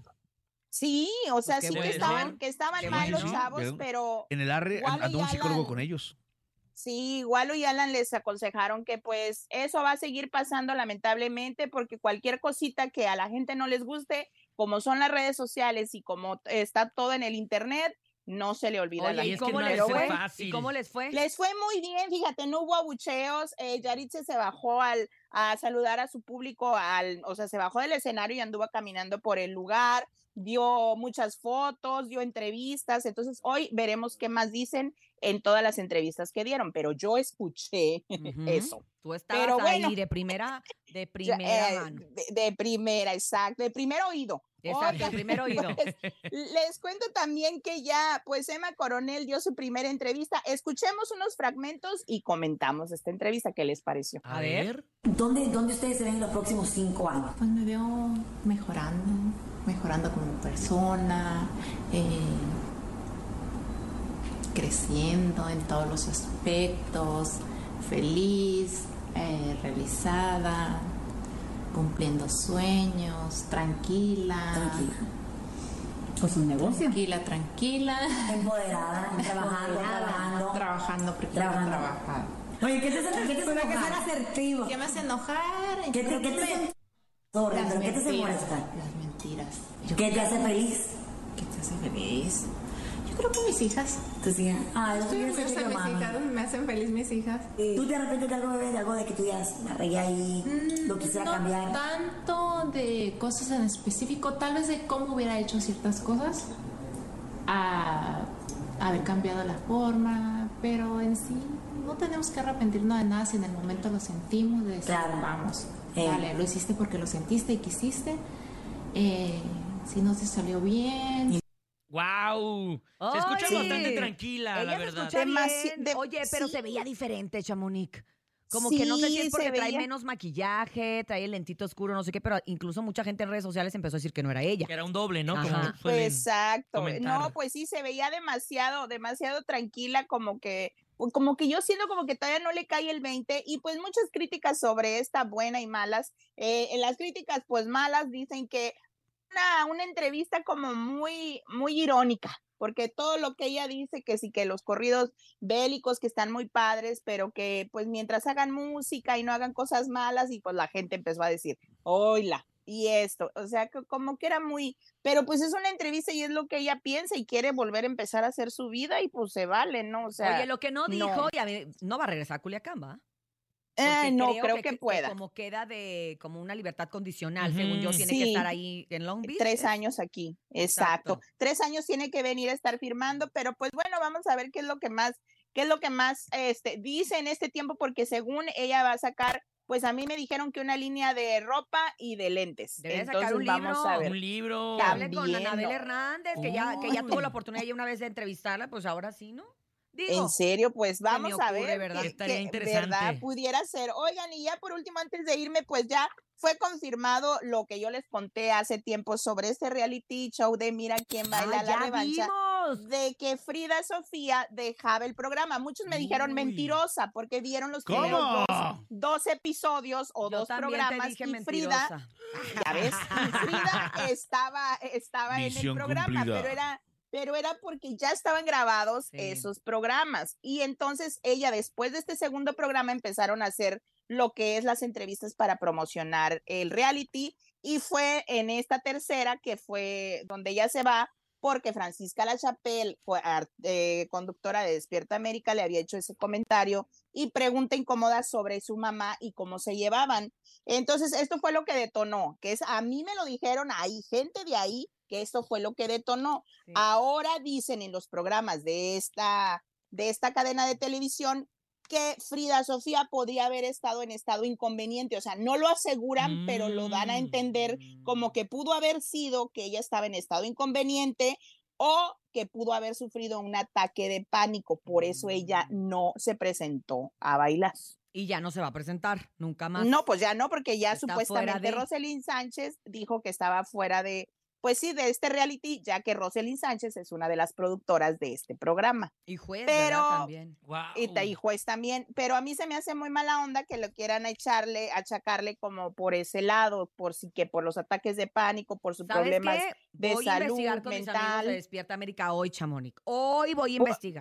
[SPEAKER 14] Sí, o sea,
[SPEAKER 3] qué
[SPEAKER 14] sí que
[SPEAKER 5] bueno.
[SPEAKER 14] estaban, que estaban
[SPEAKER 3] Qué
[SPEAKER 14] mal los
[SPEAKER 3] bueno.
[SPEAKER 14] chavos,
[SPEAKER 4] Pero
[SPEAKER 14] pero
[SPEAKER 4] En el arre
[SPEAKER 14] Walo
[SPEAKER 4] andó
[SPEAKER 14] y
[SPEAKER 4] un psicólogo
[SPEAKER 14] Alan-
[SPEAKER 4] con ellos.
[SPEAKER 14] Sí, Walu y Alan les aconsejaron que pues eso va a seguir pasando lamentablemente porque cualquier cosita que a la gente no les guste, como son las redes sociales y como está todo en el internet, no se le olvida.
[SPEAKER 3] Oye,
[SPEAKER 14] a la
[SPEAKER 3] ¿y
[SPEAKER 14] gente.
[SPEAKER 3] cómo
[SPEAKER 5] no
[SPEAKER 3] les
[SPEAKER 5] debe
[SPEAKER 3] fue?
[SPEAKER 5] ser fácil.
[SPEAKER 3] ¿Y cómo les fue?
[SPEAKER 14] Les fue muy bien, fíjate, no hubo abucheos, eh, Yaritze se bajó al, a saludar a su público, al, o sea, se bajó del escenario y anduvo caminando por el lugar, dio muchas fotos, dio entrevistas, entonces hoy veremos qué más dicen en todas las entrevistas que dieron, pero yo escuché
[SPEAKER 3] Ujú.
[SPEAKER 14] eso.
[SPEAKER 3] Tú estabas
[SPEAKER 14] Pero
[SPEAKER 3] ahí
[SPEAKER 14] bueno.
[SPEAKER 3] de primera, de
[SPEAKER 14] Ya,
[SPEAKER 3] primera
[SPEAKER 14] eh,
[SPEAKER 3] mano.
[SPEAKER 14] de, de primera, exacto, de primer oído.
[SPEAKER 3] Exacto,
[SPEAKER 14] Oigan,
[SPEAKER 3] de primer oído.
[SPEAKER 14] pues, les cuento también que ya, pues Emma Coronel dio su primera entrevista. Escuchemos unos fragmentos y comentamos esta entrevista. ¿Qué les pareció?
[SPEAKER 5] A ver.
[SPEAKER 15] ¿Dónde, ¿Dónde ustedes se ven en los próximos cinco años?
[SPEAKER 16] Pues me veo mejorando, mejorando como persona, eh, creciendo en todos los aspectos, feliz, eh, realizada, cumpliendo sueños, tranquila.
[SPEAKER 15] Tranquila. Pues un negocio.
[SPEAKER 16] Tranquila, tranquila.
[SPEAKER 15] Empoderada, trabajando, trabajando.
[SPEAKER 16] Trabajando, porque quiero
[SPEAKER 15] Trabajando.
[SPEAKER 16] trabajar.
[SPEAKER 15] Oye, ¿qué te hace, qué te hace
[SPEAKER 16] Pero que
[SPEAKER 15] enojar?
[SPEAKER 16] ser asertivo. ¿Qué me hace enojar?
[SPEAKER 15] ¿Qué te, qué te hace Sorry,
[SPEAKER 16] Las
[SPEAKER 15] pero ¿qué te hace
[SPEAKER 16] mentiras,
[SPEAKER 15] molestar?
[SPEAKER 16] Las mentiras.
[SPEAKER 15] ¿Qué te hace feliz?
[SPEAKER 16] ¿Qué te hace feliz? Yo creo que mis hijas.
[SPEAKER 15] Tus hijas. Ah, eso
[SPEAKER 16] Sí,
[SPEAKER 15] quiere
[SPEAKER 16] me
[SPEAKER 15] ser
[SPEAKER 16] gustan
[SPEAKER 15] que
[SPEAKER 16] mis
[SPEAKER 15] mamá.
[SPEAKER 16] hijas, me hacen feliz mis hijas.
[SPEAKER 15] ¿Tú te arrepientes de algo, bebé? De algo de que tú digas, me regué ahí, lo quisiera
[SPEAKER 16] no
[SPEAKER 15] cambiar?
[SPEAKER 16] tanto de cosas en específico, tal vez de cómo hubiera hecho ciertas cosas, a haber cambiado la forma, pero en sí no tenemos que arrepentirnos de nada si en el momento lo sentimos, de decir,
[SPEAKER 15] Claro.
[SPEAKER 16] vamos,
[SPEAKER 15] Eh.
[SPEAKER 16] dale, lo hiciste porque lo sentiste y quisiste, eh, si no te salió bien.
[SPEAKER 5] ¡Wow! Se escucha
[SPEAKER 3] Ay,
[SPEAKER 5] bastante tranquila,
[SPEAKER 3] ella
[SPEAKER 5] la
[SPEAKER 3] se
[SPEAKER 5] verdad.
[SPEAKER 3] escucha bien.
[SPEAKER 14] Demasi- de-
[SPEAKER 3] Oye, pero
[SPEAKER 14] sí.
[SPEAKER 3] se veía diferente, Chamonix. Como que no sé si
[SPEAKER 14] Sí,
[SPEAKER 3] es porque
[SPEAKER 14] se
[SPEAKER 3] trae
[SPEAKER 14] veía.
[SPEAKER 3] menos maquillaje, trae el lentito oscuro, no sé qué, pero incluso mucha gente en redes sociales empezó a decir que no era ella.
[SPEAKER 5] Que era un doble, ¿no?
[SPEAKER 3] Ajá.
[SPEAKER 5] Como suelen
[SPEAKER 14] Exacto.
[SPEAKER 5] comentar.
[SPEAKER 14] No, pues sí, se veía demasiado, demasiado tranquila, como que, como que yo siento como que todavía no le cae el veinte y pues muchas críticas sobre esta buena y malas. Eh, en las críticas pues malas dicen que una, una entrevista como muy, muy irónica, porque todo lo que ella dice, que sí que los corridos bélicos que están muy padres, pero que pues mientras hagan música y no hagan cosas malas y pues la gente empezó a decir, oila, y esto, o sea, que como que era muy, pero pues es una entrevista y es lo que ella piensa y quiere volver a empezar a hacer su vida y pues se vale, ¿no? O sea,
[SPEAKER 3] Oye, lo que no dijo,
[SPEAKER 14] no.
[SPEAKER 3] y a mí, no va a regresar a Culiacán, ¿va?
[SPEAKER 14] Eh,
[SPEAKER 3] Porque
[SPEAKER 14] no creo que, pueda.
[SPEAKER 3] como queda de como una libertad condicional,
[SPEAKER 5] Ujú.
[SPEAKER 3] según yo, tiene que
[SPEAKER 14] Sí.
[SPEAKER 3] estar ahí en Long Beach.
[SPEAKER 14] Tres
[SPEAKER 3] ¿es?
[SPEAKER 14] años aquí, exacto.
[SPEAKER 3] Exacto.
[SPEAKER 14] Tres años tiene que venir a estar firmando, pero pues bueno, vamos a ver qué es lo que más, qué es lo que más este, dice en este tiempo, porque según ella va a sacar, pues a mí me dijeron que una línea de ropa y de lentes.
[SPEAKER 3] Debe
[SPEAKER 14] Entonces
[SPEAKER 3] sacar un
[SPEAKER 14] vamos
[SPEAKER 3] libro.
[SPEAKER 14] a ver.
[SPEAKER 5] Un libro.
[SPEAKER 14] Que
[SPEAKER 3] Hable con
[SPEAKER 14] También,
[SPEAKER 3] Anabel
[SPEAKER 14] ¿no?
[SPEAKER 3] Hernández, que ya, que ya
[SPEAKER 5] Uy.
[SPEAKER 3] tuvo la oportunidad ya una vez de entrevistarla, pues ahora sí, ¿no? Digo,
[SPEAKER 14] En serio, pues
[SPEAKER 3] me
[SPEAKER 14] vamos a
[SPEAKER 3] ocurre,
[SPEAKER 14] ver.
[SPEAKER 3] ¿verdad?
[SPEAKER 14] qué-
[SPEAKER 5] Estaría
[SPEAKER 14] qué-
[SPEAKER 5] interesante.
[SPEAKER 14] ¿Verdad? Pudiera ser. Oigan, y ya por último, antes de irme, pues ya fue confirmado lo que yo les conté hace tiempo sobre este reality show de Mira quién baila
[SPEAKER 3] ah,
[SPEAKER 14] la
[SPEAKER 3] ya
[SPEAKER 14] revancha.
[SPEAKER 3] vimos.
[SPEAKER 14] De que Frida Sofía dejaba el programa. Muchos me dijeron
[SPEAKER 5] Uy.
[SPEAKER 14] mentirosa porque vieron los
[SPEAKER 4] ¿Cómo?
[SPEAKER 14] primeros dos, dos episodios o
[SPEAKER 3] Yo
[SPEAKER 14] dos
[SPEAKER 3] también
[SPEAKER 14] programas
[SPEAKER 3] te dije
[SPEAKER 14] y Frida,
[SPEAKER 3] mentirosa.
[SPEAKER 14] ya ves, y Frida estaba, estaba en el
[SPEAKER 2] Misión
[SPEAKER 14] programa,
[SPEAKER 2] cumplida.
[SPEAKER 14] pero era, pero era porque ya estaban grabados
[SPEAKER 3] Sí.
[SPEAKER 14] esos programas. Y entonces ella, después de este segundo programa, empezaron a hacer lo que es las entrevistas para promocionar el reality. Y fue en esta tercera que fue donde ella se va, porque Francisca Lachapelle, fue, ar- eh, conductora de Despierta América, le había hecho ese comentario y pregunta incómoda sobre su mamá y cómo se llevaban. Entonces, esto fue lo que detonó, que es, a mí me lo dijeron ahí, gente de ahí, que esto fue lo que detonó.
[SPEAKER 3] Sí.
[SPEAKER 14] Ahora dicen en los programas de esta, de esta cadena de televisión que Frida Sofía podría haber estado en estado inconveniente, o sea, no lo aseguran, pero lo dan a entender como que pudo haber sido que ella estaba en estado inconveniente o que pudo haber sufrido un ataque de pánico, por eso ella no se presentó a bailar.
[SPEAKER 3] Y ya no se va a presentar, nunca más.
[SPEAKER 14] No, pues ya no, porque ya
[SPEAKER 3] Está
[SPEAKER 14] supuestamente
[SPEAKER 3] fuera de-
[SPEAKER 14] Roselyn Sánchez dijo que estaba fuera de, pues sí, de este reality, ya que Roselyn Sánchez es una de las productoras de este programa.
[SPEAKER 3] Y juez,
[SPEAKER 14] Pero-
[SPEAKER 3] ¿verdad? También.
[SPEAKER 5] Wow.
[SPEAKER 14] Y, ta- y juez también, pero a mí se me hace muy mala onda que lo quieran echarle, achacarle como por ese lado, por sí que por los ataques de pánico, por sus
[SPEAKER 3] ¿Sabes
[SPEAKER 14] problemas
[SPEAKER 3] qué?
[SPEAKER 14] de
[SPEAKER 3] Voy a
[SPEAKER 14] salud
[SPEAKER 3] investigar con mis amigos
[SPEAKER 14] mental.
[SPEAKER 3] de Despierta América hoy, Chamonix. Hoy voy a
[SPEAKER 14] Bu-
[SPEAKER 3] investigar.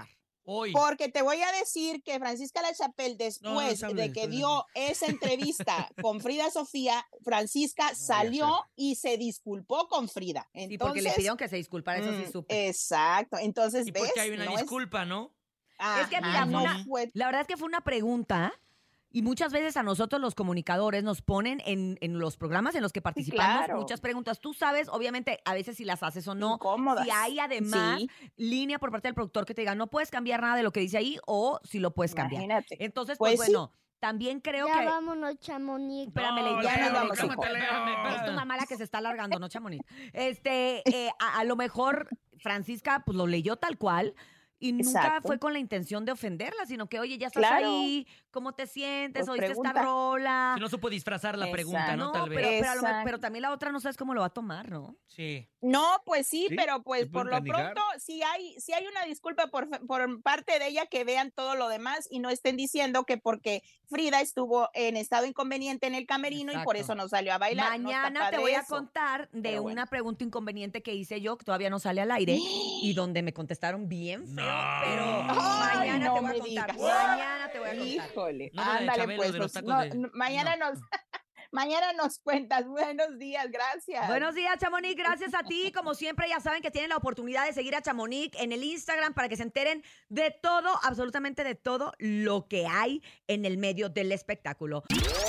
[SPEAKER 5] Hoy.
[SPEAKER 14] Porque te voy a decir que Francisca Lachapelle, después
[SPEAKER 4] No, no
[SPEAKER 14] de
[SPEAKER 4] hables,
[SPEAKER 14] que
[SPEAKER 4] no
[SPEAKER 14] dio esa entrevista con Frida Sofía, Francisca salió y se disculpó con Frida. Entonces,
[SPEAKER 3] Sí, porque le pidieron que se disculpara, eso sí
[SPEAKER 14] mm,
[SPEAKER 3] supe.
[SPEAKER 14] Exacto. Entonces,
[SPEAKER 5] Y
[SPEAKER 14] ¿ves?
[SPEAKER 5] porque hay una
[SPEAKER 14] No es-
[SPEAKER 5] disculpa, ¿no?
[SPEAKER 3] Es que,
[SPEAKER 14] Ajá,
[SPEAKER 3] mira,
[SPEAKER 14] no
[SPEAKER 3] una-
[SPEAKER 14] fue-
[SPEAKER 3] la verdad es que fue una pregunta y muchas veces a nosotros los comunicadores nos ponen en, en los programas en los que participamos
[SPEAKER 14] claro.
[SPEAKER 3] muchas preguntas. Tú sabes, obviamente, a veces si las haces o no.
[SPEAKER 14] Incómodas.
[SPEAKER 3] Si hay además
[SPEAKER 14] Sí.
[SPEAKER 3] línea por parte del productor que te diga, no puedes cambiar nada de lo que dice ahí o si lo puedes cambiar.
[SPEAKER 14] Imagínate.
[SPEAKER 3] Entonces, pues,
[SPEAKER 14] Pues sí.
[SPEAKER 3] bueno, también creo
[SPEAKER 8] Ya
[SPEAKER 3] que...
[SPEAKER 8] vámonos, Chamonix.
[SPEAKER 3] Espérame,
[SPEAKER 4] No,
[SPEAKER 3] Leito,
[SPEAKER 14] ya nos
[SPEAKER 3] espérame,
[SPEAKER 14] vamos,
[SPEAKER 3] Leito.
[SPEAKER 14] hijo.
[SPEAKER 5] Espérame, espérame.
[SPEAKER 3] Es tu mamá la que se está alargando, ¿no, Chamonix? Este, eh, a, a lo mejor Francisca pues lo leyó tal cual y nunca
[SPEAKER 14] Exacto.
[SPEAKER 3] fue con la intención de ofenderla, sino que, oye, ya estás
[SPEAKER 14] Claro.
[SPEAKER 3] ahí, ¿cómo te sientes?
[SPEAKER 14] Pues
[SPEAKER 3] ¿Oíste esta
[SPEAKER 14] pregunta.
[SPEAKER 3] rola?
[SPEAKER 5] Que no supo disfrazar la pregunta,
[SPEAKER 14] Exacto.
[SPEAKER 5] ¿no?
[SPEAKER 3] No,
[SPEAKER 5] Tal vez.
[SPEAKER 3] pero, pero, a lo me-
[SPEAKER 14] Exacto.
[SPEAKER 3] pero también la otra no sabes cómo lo va a tomar, ¿no?
[SPEAKER 5] Sí.
[SPEAKER 14] No, pues sí,
[SPEAKER 4] Sí,
[SPEAKER 14] pero pues
[SPEAKER 4] se
[SPEAKER 14] por
[SPEAKER 4] pueden
[SPEAKER 14] lo
[SPEAKER 4] canigar.
[SPEAKER 14] pronto, si hay, si hay una disculpa por, fe- por parte de ella, que vean todo lo demás y no estén diciendo que porque Frida estuvo en estado inconveniente en el camerino y por
[SPEAKER 3] Exacto.
[SPEAKER 14] eso no salió a bailar. No está
[SPEAKER 3] Mañana te
[SPEAKER 14] padre
[SPEAKER 3] voy a
[SPEAKER 14] eso.
[SPEAKER 3] contar de
[SPEAKER 14] Pero bueno.
[SPEAKER 3] una pregunta inconveniente que hice yo, que todavía no sale al aire, y donde me contestaron bien feo, pero
[SPEAKER 14] Ay,
[SPEAKER 3] mañana
[SPEAKER 14] no
[SPEAKER 3] te voy a
[SPEAKER 14] me
[SPEAKER 3] contar.
[SPEAKER 14] digas.
[SPEAKER 3] Mañana te voy a contar.
[SPEAKER 14] Híjole,
[SPEAKER 5] No lo de
[SPEAKER 14] ándale
[SPEAKER 5] Chabelo,
[SPEAKER 14] pues,
[SPEAKER 5] de los
[SPEAKER 14] pues,
[SPEAKER 5] tacos
[SPEAKER 14] no,
[SPEAKER 5] de-
[SPEAKER 14] no, mañana
[SPEAKER 5] no.
[SPEAKER 14] nos mañana nos cuentas. Buenos días, gracias.
[SPEAKER 3] Buenos días, Chamonix. Gracias a ti. Como siempre, ya saben que tienen la oportunidad de seguir a Chamonix en el Instagram para que se enteren de todo, absolutamente de todo lo que hay en el medio del espectáculo.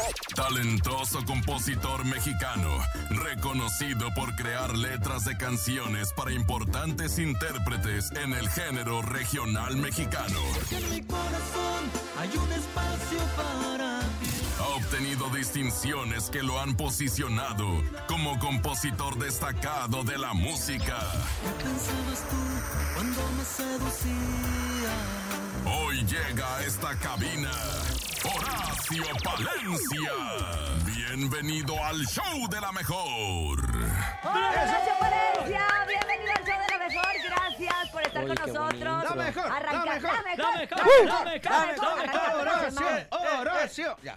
[SPEAKER 2] Talentoso compositor mexicano, reconocido por crear letras de canciones para importantes intérpretes en el género regional mexicano.
[SPEAKER 10] En mi corazón hay un espacio para ti.
[SPEAKER 2] Ha obtenido distinciones que lo han posicionado como compositor destacado de la música.
[SPEAKER 10] ¿Qué pensabas tú cuando me seducías?
[SPEAKER 2] Hoy llega a esta cabina Horacio Palencia. Bienvenido al show de la mejor.
[SPEAKER 3] ¡Hola, Horacio Palencia! Bienvenido al show de la mejor. Gracias por estar
[SPEAKER 4] Oye,
[SPEAKER 3] con
[SPEAKER 4] qué
[SPEAKER 3] nosotros.
[SPEAKER 4] bonito. La mejor, la
[SPEAKER 3] Arranca-
[SPEAKER 4] mejor,
[SPEAKER 3] la mejor,
[SPEAKER 5] la mejor,
[SPEAKER 3] la
[SPEAKER 5] la
[SPEAKER 3] mejor,
[SPEAKER 5] mejor,
[SPEAKER 3] la
[SPEAKER 5] la
[SPEAKER 3] mejor,
[SPEAKER 5] mejor.
[SPEAKER 3] arrancando la
[SPEAKER 4] Horacio,
[SPEAKER 3] semana.
[SPEAKER 4] Horacio. Ya.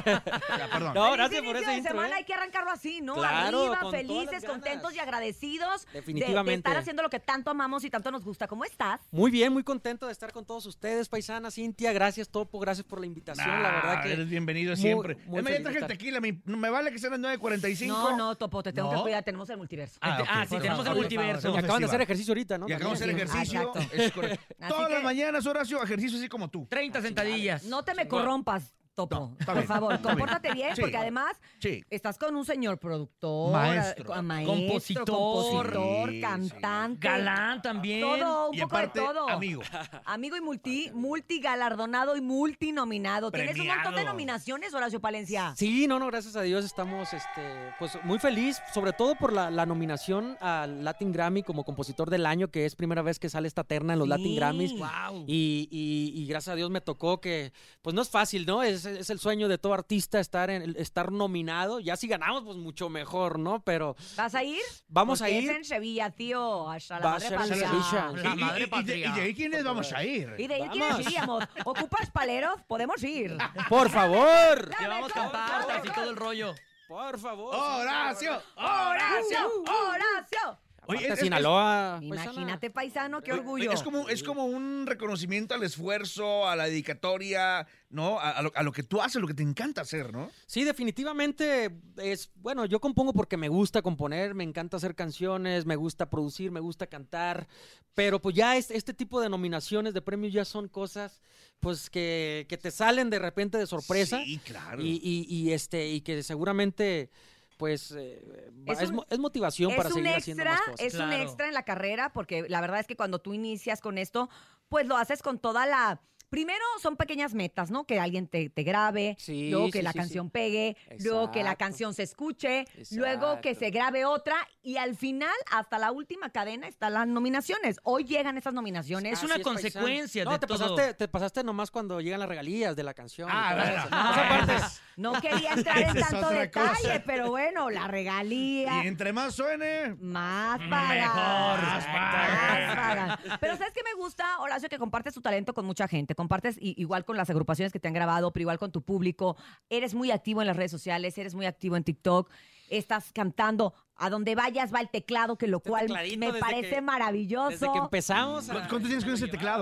[SPEAKER 4] Ya, perdón.
[SPEAKER 5] No,
[SPEAKER 3] Feliz
[SPEAKER 5] gracias por
[SPEAKER 3] inicio
[SPEAKER 5] ese
[SPEAKER 3] de
[SPEAKER 5] intro,
[SPEAKER 3] semana,
[SPEAKER 5] ¿eh?
[SPEAKER 3] hay que arrancarlo así, ¿no?
[SPEAKER 5] Claro,
[SPEAKER 3] Arriba,
[SPEAKER 5] con todas
[SPEAKER 3] felices,
[SPEAKER 5] las ganas.
[SPEAKER 3] contentos y agradecidos de- de,
[SPEAKER 17] Definitivamente.
[SPEAKER 3] estar haciendo lo que tanto amamos y tanto nos gusta. ¿Cómo estás?
[SPEAKER 17] Muy bien, muy contento de estar con todos ustedes, paisana, Cintia, gracias Topo, gracias por la invitación, la verdad que...
[SPEAKER 4] eres bienvenido
[SPEAKER 17] muy-
[SPEAKER 4] siempre.
[SPEAKER 17] muy
[SPEAKER 4] Es más, ya
[SPEAKER 17] feliz
[SPEAKER 4] traje
[SPEAKER 17] de
[SPEAKER 4] el
[SPEAKER 17] estar.
[SPEAKER 4] tequila. Me, me vale que sean las nueve cuarenta y cinco.
[SPEAKER 3] No, no, Topo, te tengo
[SPEAKER 4] ¿No?
[SPEAKER 3] que cuidar. Tenemos el multiverso.
[SPEAKER 4] Ah, ok,
[SPEAKER 5] Ah, sí,
[SPEAKER 4] por
[SPEAKER 5] tenemos
[SPEAKER 4] favor,
[SPEAKER 5] el
[SPEAKER 4] por
[SPEAKER 5] multiverso.
[SPEAKER 4] favor,
[SPEAKER 17] Y acaban de hacer
[SPEAKER 4] festival.
[SPEAKER 17] ejercicio ahorita, ¿no?
[SPEAKER 4] Y acabamos de hacer
[SPEAKER 3] También.
[SPEAKER 4] ejercicio.
[SPEAKER 3] Exacto.
[SPEAKER 4] Es correcto.
[SPEAKER 3] Así
[SPEAKER 4] Todas
[SPEAKER 3] que-
[SPEAKER 4] las mañanas, Horacio, ejercicio así como tú.
[SPEAKER 5] treinta sentadillas.
[SPEAKER 3] No te me corrompas, Topo.
[SPEAKER 4] No, está
[SPEAKER 3] por
[SPEAKER 4] bien,
[SPEAKER 3] favor,
[SPEAKER 4] está bien.
[SPEAKER 3] compórtate bien,
[SPEAKER 4] Sí.
[SPEAKER 3] porque además
[SPEAKER 4] Sí.
[SPEAKER 3] estás con un señor productor,
[SPEAKER 4] Maestro.
[SPEAKER 3] a- maestro,
[SPEAKER 5] Compositor.
[SPEAKER 3] compositor,
[SPEAKER 4] Sí, sí.
[SPEAKER 3] cantante.
[SPEAKER 5] Galán también.
[SPEAKER 3] Todo, un
[SPEAKER 4] Y
[SPEAKER 3] poco
[SPEAKER 4] aparte,
[SPEAKER 3] de todo.
[SPEAKER 4] amigo.
[SPEAKER 3] Amigo y multi, multigalardonado y multinominado. Tienes un montón de
[SPEAKER 4] Premiado.
[SPEAKER 3] nominaciones, Horacio Palencia.
[SPEAKER 17] Sí, no, no, gracias a Dios estamos este, pues, muy feliz, sobre todo por la, la nominación al Latin Grammy como compositor del año, que es primera vez que sale esta terna en los
[SPEAKER 3] Sí.
[SPEAKER 17] Latin Grammys.
[SPEAKER 5] Wow.
[SPEAKER 17] Y, y- y gracias a Dios me tocó que, pues no es fácil, ¿no? Es, es el sueño de todo artista estar, en, estar nominado. Ya si ganamos, pues mucho mejor, ¿no? Pero
[SPEAKER 3] ¿Vas a ir?
[SPEAKER 17] vamos
[SPEAKER 3] Porque
[SPEAKER 17] a ir.
[SPEAKER 3] es en Sevilla, tío, hasta la
[SPEAKER 17] Va a
[SPEAKER 3] madre
[SPEAKER 17] ser en
[SPEAKER 3] patria.
[SPEAKER 17] Sevilla.
[SPEAKER 5] La
[SPEAKER 4] Y- y-
[SPEAKER 5] madre
[SPEAKER 4] y, de,
[SPEAKER 5] patria.
[SPEAKER 4] y de ahí quiénes vamos a ir.
[SPEAKER 3] ¿Y de ahí quiénes
[SPEAKER 17] Vamos.
[SPEAKER 3] iríamos? ¿Ocupas paleros? Podemos ir.
[SPEAKER 17] Por favor.
[SPEAKER 5] Llevamos cantantes y todo el rollo.
[SPEAKER 17] Por favor.
[SPEAKER 4] Horacio,
[SPEAKER 3] ¡Horacio! ¡Horacio!
[SPEAKER 4] Oye,
[SPEAKER 17] Aparte,
[SPEAKER 4] es- es-
[SPEAKER 17] Sinaloa. paisana.
[SPEAKER 3] Imagínate, paisano, qué
[SPEAKER 4] Oye,
[SPEAKER 3] orgullo.
[SPEAKER 4] Es como, es como un reconocimiento al esfuerzo, a la dedicatoria, ¿no? A, a lo, a lo que tú haces, lo que te encanta hacer, ¿no?
[SPEAKER 17] Sí, definitivamente es, bueno, yo compongo porque me gusta componer, me encanta hacer canciones, me gusta producir, me gusta cantar, pero pues ya es- este tipo de nominaciones de premios ya son cosas pues que, que te salen de repente de sorpresa.
[SPEAKER 4] Sí, claro.
[SPEAKER 17] Y, y- y, este, y que seguramente pues eh, va-
[SPEAKER 3] Es
[SPEAKER 17] es,
[SPEAKER 3] un-
[SPEAKER 17] mo- es motivación
[SPEAKER 3] es
[SPEAKER 17] para
[SPEAKER 3] un
[SPEAKER 17] seguir haciendo
[SPEAKER 3] extra,
[SPEAKER 17] más cosas.
[SPEAKER 3] es un
[SPEAKER 5] Claro.
[SPEAKER 3] extra en la carrera, porque la verdad es que cuando tú inicias con esto, pues lo haces con toda la... Primero son pequeñas metas, ¿no? Que alguien te, te grabe,
[SPEAKER 17] Sí,
[SPEAKER 3] luego que
[SPEAKER 17] sí,
[SPEAKER 3] la
[SPEAKER 17] sí,
[SPEAKER 3] canción
[SPEAKER 17] sí.
[SPEAKER 3] pegue, luego que la
[SPEAKER 17] Exacto.
[SPEAKER 3] canción se escuche, luego que
[SPEAKER 17] Exacto.
[SPEAKER 3] se grabe otra y al final, hasta la última cadena, están las nominaciones. Hoy llegan esas nominaciones.
[SPEAKER 5] Es una
[SPEAKER 17] Así paisano.
[SPEAKER 5] consecuencia
[SPEAKER 17] No,
[SPEAKER 5] de
[SPEAKER 17] te
[SPEAKER 5] todo.
[SPEAKER 17] pasaste, te pasaste nomás cuando llegan las regalías de la canción. y
[SPEAKER 4] Ah,
[SPEAKER 17] todo
[SPEAKER 4] bueno.
[SPEAKER 17] eso.
[SPEAKER 4] Ah,
[SPEAKER 17] Esa parte-
[SPEAKER 4] esa
[SPEAKER 3] No quería entrar en
[SPEAKER 4] Esa es
[SPEAKER 3] tanto
[SPEAKER 4] otra
[SPEAKER 3] detalle,
[SPEAKER 4] cosa.
[SPEAKER 3] pero bueno, la regalía.
[SPEAKER 4] Y entre más suene,
[SPEAKER 3] Más
[SPEAKER 5] Mejor.
[SPEAKER 3] pagan.
[SPEAKER 4] Más
[SPEAKER 3] Más pagan. Pero ¿sabes qué me gusta, Horacio? Que compartes tu talento con mucha gente. Compartes i- igual con las agrupaciones que te han grabado, pero igual con tu público. Eres muy activo en las redes sociales, eres muy activo en TikTok. Estás cantando. A donde vayas va el teclado, que lo
[SPEAKER 17] Este
[SPEAKER 3] cual
[SPEAKER 17] tecladito
[SPEAKER 3] me
[SPEAKER 17] desde
[SPEAKER 3] parece
[SPEAKER 17] que-
[SPEAKER 3] maravilloso.
[SPEAKER 17] Desde que empezamos.
[SPEAKER 4] ¿cu-
[SPEAKER 17] a-
[SPEAKER 4] ¿cuánto tienes con ese teclado?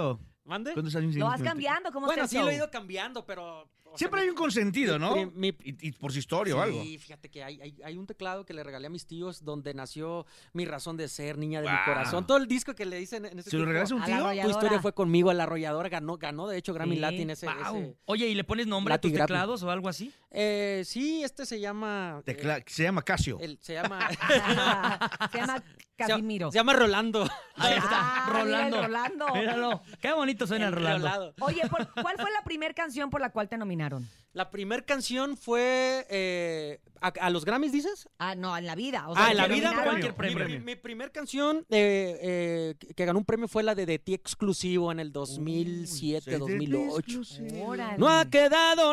[SPEAKER 17] ¿Mande?
[SPEAKER 4] ¿Cuántos años
[SPEAKER 3] Lo vas
[SPEAKER 4] tienes?
[SPEAKER 3] cambiando, ¿cómo
[SPEAKER 17] Bueno,
[SPEAKER 3] está
[SPEAKER 17] sí
[SPEAKER 3] el
[SPEAKER 17] lo he
[SPEAKER 3] show?
[SPEAKER 17] ido cambiando, pero... o
[SPEAKER 4] Siempre
[SPEAKER 17] sea,
[SPEAKER 4] hay un consentido, ¿no?
[SPEAKER 17] mi- mi-
[SPEAKER 4] Y, y por su historia o algo.
[SPEAKER 17] Sí, fíjate que hay, hay, hay un teclado que le regalé a mis tíos donde nació mi razón de ser, niña de mi
[SPEAKER 4] Wow.
[SPEAKER 17] corazón. Todo el disco que le dicen en ese
[SPEAKER 4] ¿Se lo
[SPEAKER 17] disco,
[SPEAKER 4] regalaste a un
[SPEAKER 3] A la
[SPEAKER 4] tío?
[SPEAKER 17] Tu
[SPEAKER 3] arrolladora.
[SPEAKER 17] historia fue conmigo, la arrolladora ganó, ganó de hecho Grammy
[SPEAKER 3] Sí.
[SPEAKER 17] Latin ese,
[SPEAKER 5] Wow.
[SPEAKER 17] ese-
[SPEAKER 5] Oye, ¿y le pones nombre a tus
[SPEAKER 17] Latin Grammy.
[SPEAKER 5] teclados o algo así?
[SPEAKER 17] Eh, sí, este se llama... eh,
[SPEAKER 4] Tecla- se llama Casio.
[SPEAKER 17] el- se llama...
[SPEAKER 3] Se llama
[SPEAKER 17] se llama-
[SPEAKER 3] Casimiro.
[SPEAKER 17] Se llama Rolando.
[SPEAKER 5] Ahí está,
[SPEAKER 3] Ah, mira el
[SPEAKER 5] Rolando.
[SPEAKER 3] Rolando.
[SPEAKER 5] Míralo. Qué bonito suena el Rolando.
[SPEAKER 3] Oye, ¿por- ¿cuál fue la primera canción por la cual te nominaron?
[SPEAKER 17] La primera canción fue... eh, ¿a, a los Grammys dices?
[SPEAKER 3] Ah, no, en la vida. O
[SPEAKER 17] ah,
[SPEAKER 3] sea,
[SPEAKER 17] en la
[SPEAKER 3] ¿te
[SPEAKER 17] vida.
[SPEAKER 3] nominaron?
[SPEAKER 5] cualquier
[SPEAKER 17] Mi-
[SPEAKER 5] premio.
[SPEAKER 17] Mi, mi primer canción eh, eh, que que ganó un premio fue la de De Ti Exclusivo en el dos mil siete, dos mil ocho.
[SPEAKER 3] Órale.
[SPEAKER 17] No ha quedado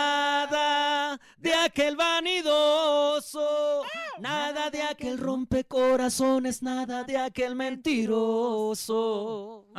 [SPEAKER 17] nada de aquel vanidoso, nada de aquel rompecorazones, nada de aquel mentiroso.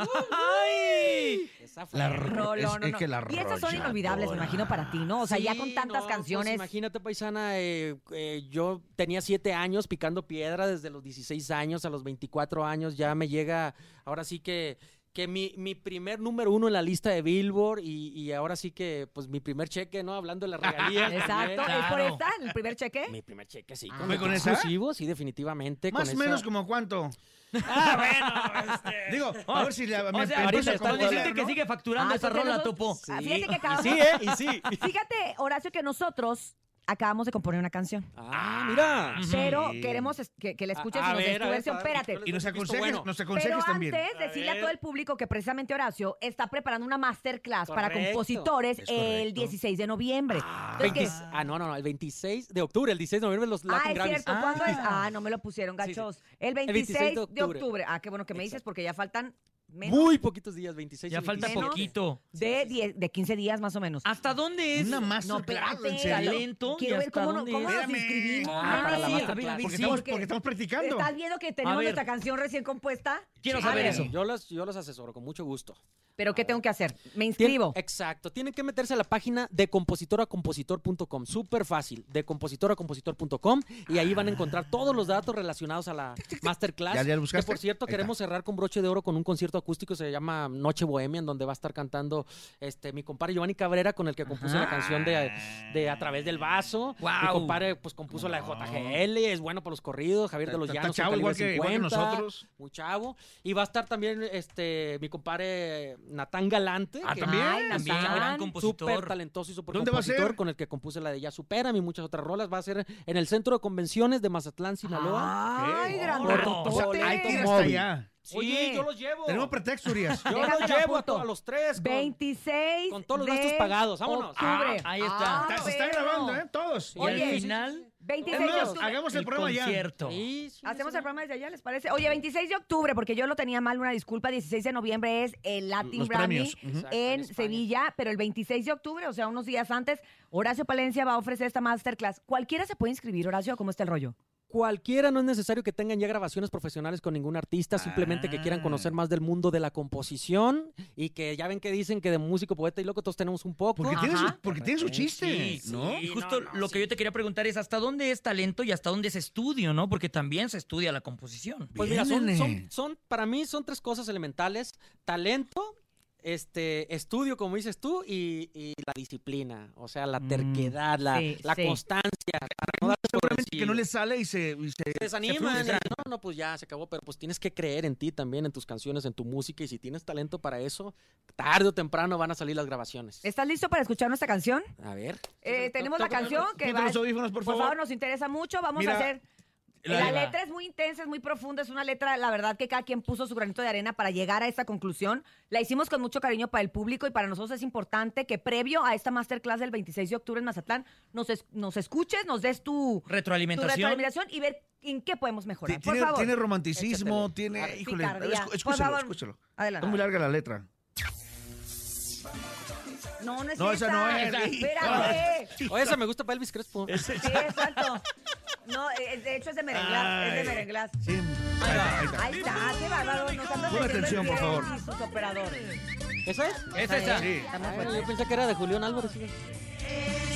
[SPEAKER 5] ¡Ay!
[SPEAKER 17] Esa fue.
[SPEAKER 4] La
[SPEAKER 3] No,
[SPEAKER 4] es,
[SPEAKER 3] no, no,
[SPEAKER 4] es
[SPEAKER 3] no.
[SPEAKER 4] que la
[SPEAKER 3] Y esas son inolvidables, me imagino, para ti, ¿no? O sea, ya
[SPEAKER 17] Sí,
[SPEAKER 3] con tantas
[SPEAKER 17] no, pues
[SPEAKER 3] canciones.
[SPEAKER 17] imagínate, paisana, eh, eh, yo tenía siete años picando piedra desde los dieciséis años a los veinticuatro años. Ya me llega, ahora sí que, que mi, mi primer número uno en la lista de Billboard y, y ahora sí que, pues mi primer cheque, ¿no? Hablando de las regalías.
[SPEAKER 3] Exacto,
[SPEAKER 17] también.
[SPEAKER 3] ¿es por
[SPEAKER 5] Claro.
[SPEAKER 3] esta, el primer cheque?
[SPEAKER 17] Mi primer cheque, sí.
[SPEAKER 3] Ah.
[SPEAKER 17] Con,
[SPEAKER 4] ¿Fue
[SPEAKER 17] el
[SPEAKER 4] con esa?
[SPEAKER 17] exclusivo, sí, definitivamente.
[SPEAKER 4] Más o
[SPEAKER 17] con
[SPEAKER 4] menos
[SPEAKER 17] esa.
[SPEAKER 4] como cuánto.
[SPEAKER 17] Ah, bueno, este...
[SPEAKER 4] Digo, a ver si la, me
[SPEAKER 5] O sea,
[SPEAKER 4] empiezo
[SPEAKER 5] ahorita
[SPEAKER 4] a
[SPEAKER 5] estás
[SPEAKER 4] acomodar,
[SPEAKER 5] diciendo que
[SPEAKER 4] ¿no?
[SPEAKER 5] sigue facturando
[SPEAKER 3] Ah,
[SPEAKER 5] esa
[SPEAKER 3] porque
[SPEAKER 5] rola,
[SPEAKER 3] nosotros-
[SPEAKER 5] Topo.
[SPEAKER 3] Ah, fíjate que acabamos-
[SPEAKER 17] Y sí, ¿eh? Y sí.
[SPEAKER 3] Fíjate, Horacio, que nosotros acabamos de componer una canción.
[SPEAKER 17] Ah, mira.
[SPEAKER 3] Pero
[SPEAKER 4] Sí.
[SPEAKER 3] queremos es- que, que la escuches
[SPEAKER 17] A- a
[SPEAKER 3] y nos des
[SPEAKER 17] ver,
[SPEAKER 3] tu
[SPEAKER 17] a ver,
[SPEAKER 3] versión.
[SPEAKER 17] para ver,
[SPEAKER 3] Espérate.
[SPEAKER 4] Y nos
[SPEAKER 17] Visto
[SPEAKER 4] aconsejes,
[SPEAKER 17] bueno.
[SPEAKER 4] nos
[SPEAKER 3] Pero
[SPEAKER 4] aconsejes también.
[SPEAKER 3] antes,
[SPEAKER 17] A
[SPEAKER 3] decirle a
[SPEAKER 17] ver.
[SPEAKER 3] todo el público que precisamente Horacio está preparando una masterclass para
[SPEAKER 17] Correcto.
[SPEAKER 3] compositores
[SPEAKER 4] Es
[SPEAKER 3] el
[SPEAKER 4] correcto.
[SPEAKER 3] dieciséis de noviembre. Entonces,
[SPEAKER 17] veinte
[SPEAKER 3] ¿qué?
[SPEAKER 17] Ah, no, no, no, el veintiséis de octubre, el dieciséis de noviembre los Latin
[SPEAKER 3] Ah, es
[SPEAKER 17] Grammys.
[SPEAKER 3] cierto. ¿Cuándo es? Ah, no me lo pusieron,
[SPEAKER 17] Sí, sí.
[SPEAKER 3] gachos. El
[SPEAKER 17] veintiséis
[SPEAKER 3] veintiséis
[SPEAKER 17] de
[SPEAKER 3] de
[SPEAKER 17] octubre.
[SPEAKER 3] octubre. Ah, qué bueno que me dices
[SPEAKER 17] Exacto.
[SPEAKER 3] porque ya faltan menos
[SPEAKER 17] Muy poquitos días, veintiséis.
[SPEAKER 5] Ya
[SPEAKER 17] y
[SPEAKER 5] falta
[SPEAKER 3] Menos.
[SPEAKER 5] poquito.
[SPEAKER 3] de, diez, de quince días más o menos.
[SPEAKER 5] ¿Hasta dónde es?
[SPEAKER 4] Una
[SPEAKER 3] No,
[SPEAKER 4] masterclass,
[SPEAKER 3] espérate.
[SPEAKER 4] ¿en serio?
[SPEAKER 5] talento.
[SPEAKER 3] Quiero
[SPEAKER 5] ¿Y
[SPEAKER 3] ver
[SPEAKER 5] hasta
[SPEAKER 3] cómo, no-
[SPEAKER 5] dónde
[SPEAKER 3] cómo
[SPEAKER 5] es?
[SPEAKER 3] nos
[SPEAKER 4] Espérame.
[SPEAKER 3] inscribimos.
[SPEAKER 17] Ah, para la
[SPEAKER 5] sí,
[SPEAKER 17] masterclass.
[SPEAKER 5] a ver, a ver,
[SPEAKER 4] Porque,
[SPEAKER 5] sí.
[SPEAKER 4] estamos,
[SPEAKER 3] porque
[SPEAKER 4] porque estamos practicando.
[SPEAKER 3] ¿Estás viendo que tenemos
[SPEAKER 5] ver.
[SPEAKER 3] nuestra canción recién compuesta?
[SPEAKER 5] Quiero
[SPEAKER 3] A
[SPEAKER 5] saber
[SPEAKER 3] ver,
[SPEAKER 5] eso.
[SPEAKER 17] Yo los, yo los asesoro con mucho gusto.
[SPEAKER 3] ¿Pero qué tengo que hacer? Me
[SPEAKER 17] Tien-
[SPEAKER 3] inscribo.
[SPEAKER 17] Exacto. Tienen que meterse a la página de compositor a compositor punto com. Súper fácil. De compositor a compositor punto com. Y ahí van a encontrar todos los datos relacionados a la masterclass.
[SPEAKER 4] ¿Ya- ya lo
[SPEAKER 17] que
[SPEAKER 4] buscaste?
[SPEAKER 17] por cierto,
[SPEAKER 4] Ahí
[SPEAKER 17] queremos cerrar con broche de oro con un concierto acústico. Se llama Noche Bohemia, en donde va a estar cantando este mi compadre Giovanni Cabrera, con el que compuse
[SPEAKER 5] Ajá.
[SPEAKER 17] la canción de, de A Través del Vaso.
[SPEAKER 5] Guau.
[SPEAKER 17] Mi compadre pues compuso la de J G L. Es bueno para los corridos. Javier de los
[SPEAKER 4] Está-
[SPEAKER 17] Llanos.
[SPEAKER 4] está chavo,
[SPEAKER 17] en
[SPEAKER 4] igual
[SPEAKER 17] Calibre
[SPEAKER 4] que, igual que
[SPEAKER 17] cincuenta,
[SPEAKER 4] nosotros.
[SPEAKER 17] Muy chavo. Y va a estar también este mi compadre Natán Galante.
[SPEAKER 5] Ah,
[SPEAKER 17] que-
[SPEAKER 5] también,
[SPEAKER 3] Ay,
[SPEAKER 5] también,
[SPEAKER 3] Natán.
[SPEAKER 5] gran compositor.
[SPEAKER 17] Súper talentoso y súper
[SPEAKER 4] ¿Dónde va a
[SPEAKER 17] compositor,
[SPEAKER 4] ser?
[SPEAKER 17] con el que compuse la de Ya Supérame y muchas otras rolas. Va a ser en el Centro de Convenciones de Mazatlán, Sinaloa.
[SPEAKER 3] Ay,
[SPEAKER 4] ¿Qué?
[SPEAKER 3] grandotote.
[SPEAKER 4] O sea,
[SPEAKER 17] Boleto
[SPEAKER 4] hay que ir hasta
[SPEAKER 17] móvil.
[SPEAKER 4] allá.
[SPEAKER 17] Sí,
[SPEAKER 3] Oye,
[SPEAKER 17] yo los llevo.
[SPEAKER 4] Tenemos pretexto, Urias.
[SPEAKER 17] Yo
[SPEAKER 3] Déjame
[SPEAKER 17] los
[SPEAKER 3] lo
[SPEAKER 17] llevo a,
[SPEAKER 3] apunto.
[SPEAKER 17] to- a los tres. Con,
[SPEAKER 3] veintiséis
[SPEAKER 17] con todos los
[SPEAKER 3] de
[SPEAKER 17] gastos pagados. Vámonos.
[SPEAKER 3] octubre.
[SPEAKER 5] Ah, ahí está.
[SPEAKER 3] Ah,
[SPEAKER 4] Está- se está
[SPEAKER 3] bueno.
[SPEAKER 4] grabando, ¿eh? Todos.
[SPEAKER 5] Y
[SPEAKER 3] Oye,
[SPEAKER 5] al final,
[SPEAKER 3] veintiséis
[SPEAKER 4] Es
[SPEAKER 3] de
[SPEAKER 4] más,
[SPEAKER 3] octubre.
[SPEAKER 4] hagamos el,
[SPEAKER 5] el
[SPEAKER 4] programa ya.
[SPEAKER 5] concierto.
[SPEAKER 17] Sí, sí,
[SPEAKER 3] Hacemos
[SPEAKER 17] sí.
[SPEAKER 3] el programa desde allá, ¿les parece? Oye, veintiséis de octubre, porque yo lo tenía mal, una disculpa. dieciséis de noviembre es el Latin
[SPEAKER 4] Los
[SPEAKER 3] Grammy
[SPEAKER 4] premios. Ujú.
[SPEAKER 17] Exacto,
[SPEAKER 3] en
[SPEAKER 17] en España.
[SPEAKER 3] Sevilla, pero el veintiséis de octubre, o sea, unos días antes, Horacio Palencia va a ofrecer esta masterclass. ¿Cualquiera se puede inscribir, Horacio? ¿Cómo está el rollo?
[SPEAKER 17] Cualquiera, no es necesario que tengan ya grabaciones profesionales con ningún artista, simplemente que quieran conocer más del mundo de la composición y que ya ven que dicen que de músico, poeta y loco todos tenemos un poco.
[SPEAKER 4] Porque tiene, su,
[SPEAKER 3] Ajá.
[SPEAKER 4] porque tiene su chiste,
[SPEAKER 5] Sí,
[SPEAKER 4] ¿no?
[SPEAKER 5] Y
[SPEAKER 17] Sí,
[SPEAKER 5] justo
[SPEAKER 17] no, no,
[SPEAKER 5] lo
[SPEAKER 17] sí.
[SPEAKER 5] que yo te quería preguntar es hasta dónde es talento y hasta dónde es estudio, ¿no? Porque también se estudia la composición.
[SPEAKER 17] Pues mira, son,
[SPEAKER 4] Bien,
[SPEAKER 17] son,
[SPEAKER 4] nene.
[SPEAKER 17] son- para mí son tres cosas elementales: talento, este, estudio, como dices tú, y, y la disciplina, o sea, la
[SPEAKER 3] Mm,
[SPEAKER 17] terquedad, la,
[SPEAKER 3] sí,
[SPEAKER 17] la
[SPEAKER 3] sí.
[SPEAKER 17] constancia, para no darse por
[SPEAKER 4] Seguramente que
[SPEAKER 17] vencido.
[SPEAKER 4] no le sale y se, y se,
[SPEAKER 17] Se desaniman,
[SPEAKER 4] se
[SPEAKER 17] y
[SPEAKER 4] frustran.
[SPEAKER 17] no, no, pues ya se acabó, pero pues tienes que creer en ti también, en tus canciones, en tu música, y si tienes talento para eso, tarde o temprano van a salir las grabaciones.
[SPEAKER 3] ¿Estás listo para escuchar nuestra canción?
[SPEAKER 17] A ver.
[SPEAKER 3] Eh, tenemos la canción que
[SPEAKER 4] Ponte
[SPEAKER 3] va...
[SPEAKER 4] los audífonos, por
[SPEAKER 3] Por
[SPEAKER 4] favor.
[SPEAKER 3] favor, nos interesa mucho. Vamos
[SPEAKER 4] Mira,
[SPEAKER 3] a hacer...
[SPEAKER 4] la-
[SPEAKER 3] La letra es muy intensa, es muy profunda, es una letra, la verdad, que cada quien puso su granito de arena para llegar a esta conclusión. La hicimos con mucho cariño para el público y para nosotros es importante que previo a esta masterclass del veintiséis de octubre en Mazatlán nos, es- nos escuches, nos des tu, tu
[SPEAKER 5] Retroalimentación.
[SPEAKER 3] retroalimentación y ver en qué podemos mejorar.
[SPEAKER 4] Ti-
[SPEAKER 3] Por
[SPEAKER 4] Tiene,
[SPEAKER 3] favor.
[SPEAKER 4] tiene romanticismo,
[SPEAKER 17] Échatele.
[SPEAKER 4] tiene...
[SPEAKER 3] Ar-
[SPEAKER 4] Híjole,
[SPEAKER 3] picardía.
[SPEAKER 4] escu-
[SPEAKER 3] Por
[SPEAKER 4] escúchalo,
[SPEAKER 3] favor.
[SPEAKER 4] escúchalo.
[SPEAKER 3] Adelante.
[SPEAKER 4] Está muy larga la letra.
[SPEAKER 3] No, no es
[SPEAKER 4] No, esa no es.
[SPEAKER 3] Espérate.
[SPEAKER 17] O esa me gusta para Elvis Crespo.
[SPEAKER 3] Sí, exacto. No, eh, de hecho es de merenglás, es de
[SPEAKER 4] Ay.
[SPEAKER 3] merenglás.
[SPEAKER 4] Sí, ahí está, ahí está.
[SPEAKER 3] Ahí está, qué bárbaro. Nos andan
[SPEAKER 4] Pon
[SPEAKER 3] metiendo
[SPEAKER 4] atención,
[SPEAKER 3] el
[SPEAKER 4] por
[SPEAKER 3] pie
[SPEAKER 4] favor.
[SPEAKER 3] y sus operadores.
[SPEAKER 17] ¿Esa es?
[SPEAKER 5] Es esa.
[SPEAKER 4] Sí.
[SPEAKER 3] Está muy
[SPEAKER 17] Ay,
[SPEAKER 3] fuerte.
[SPEAKER 17] yo pensé que era de Julián Álvarez. fíjate.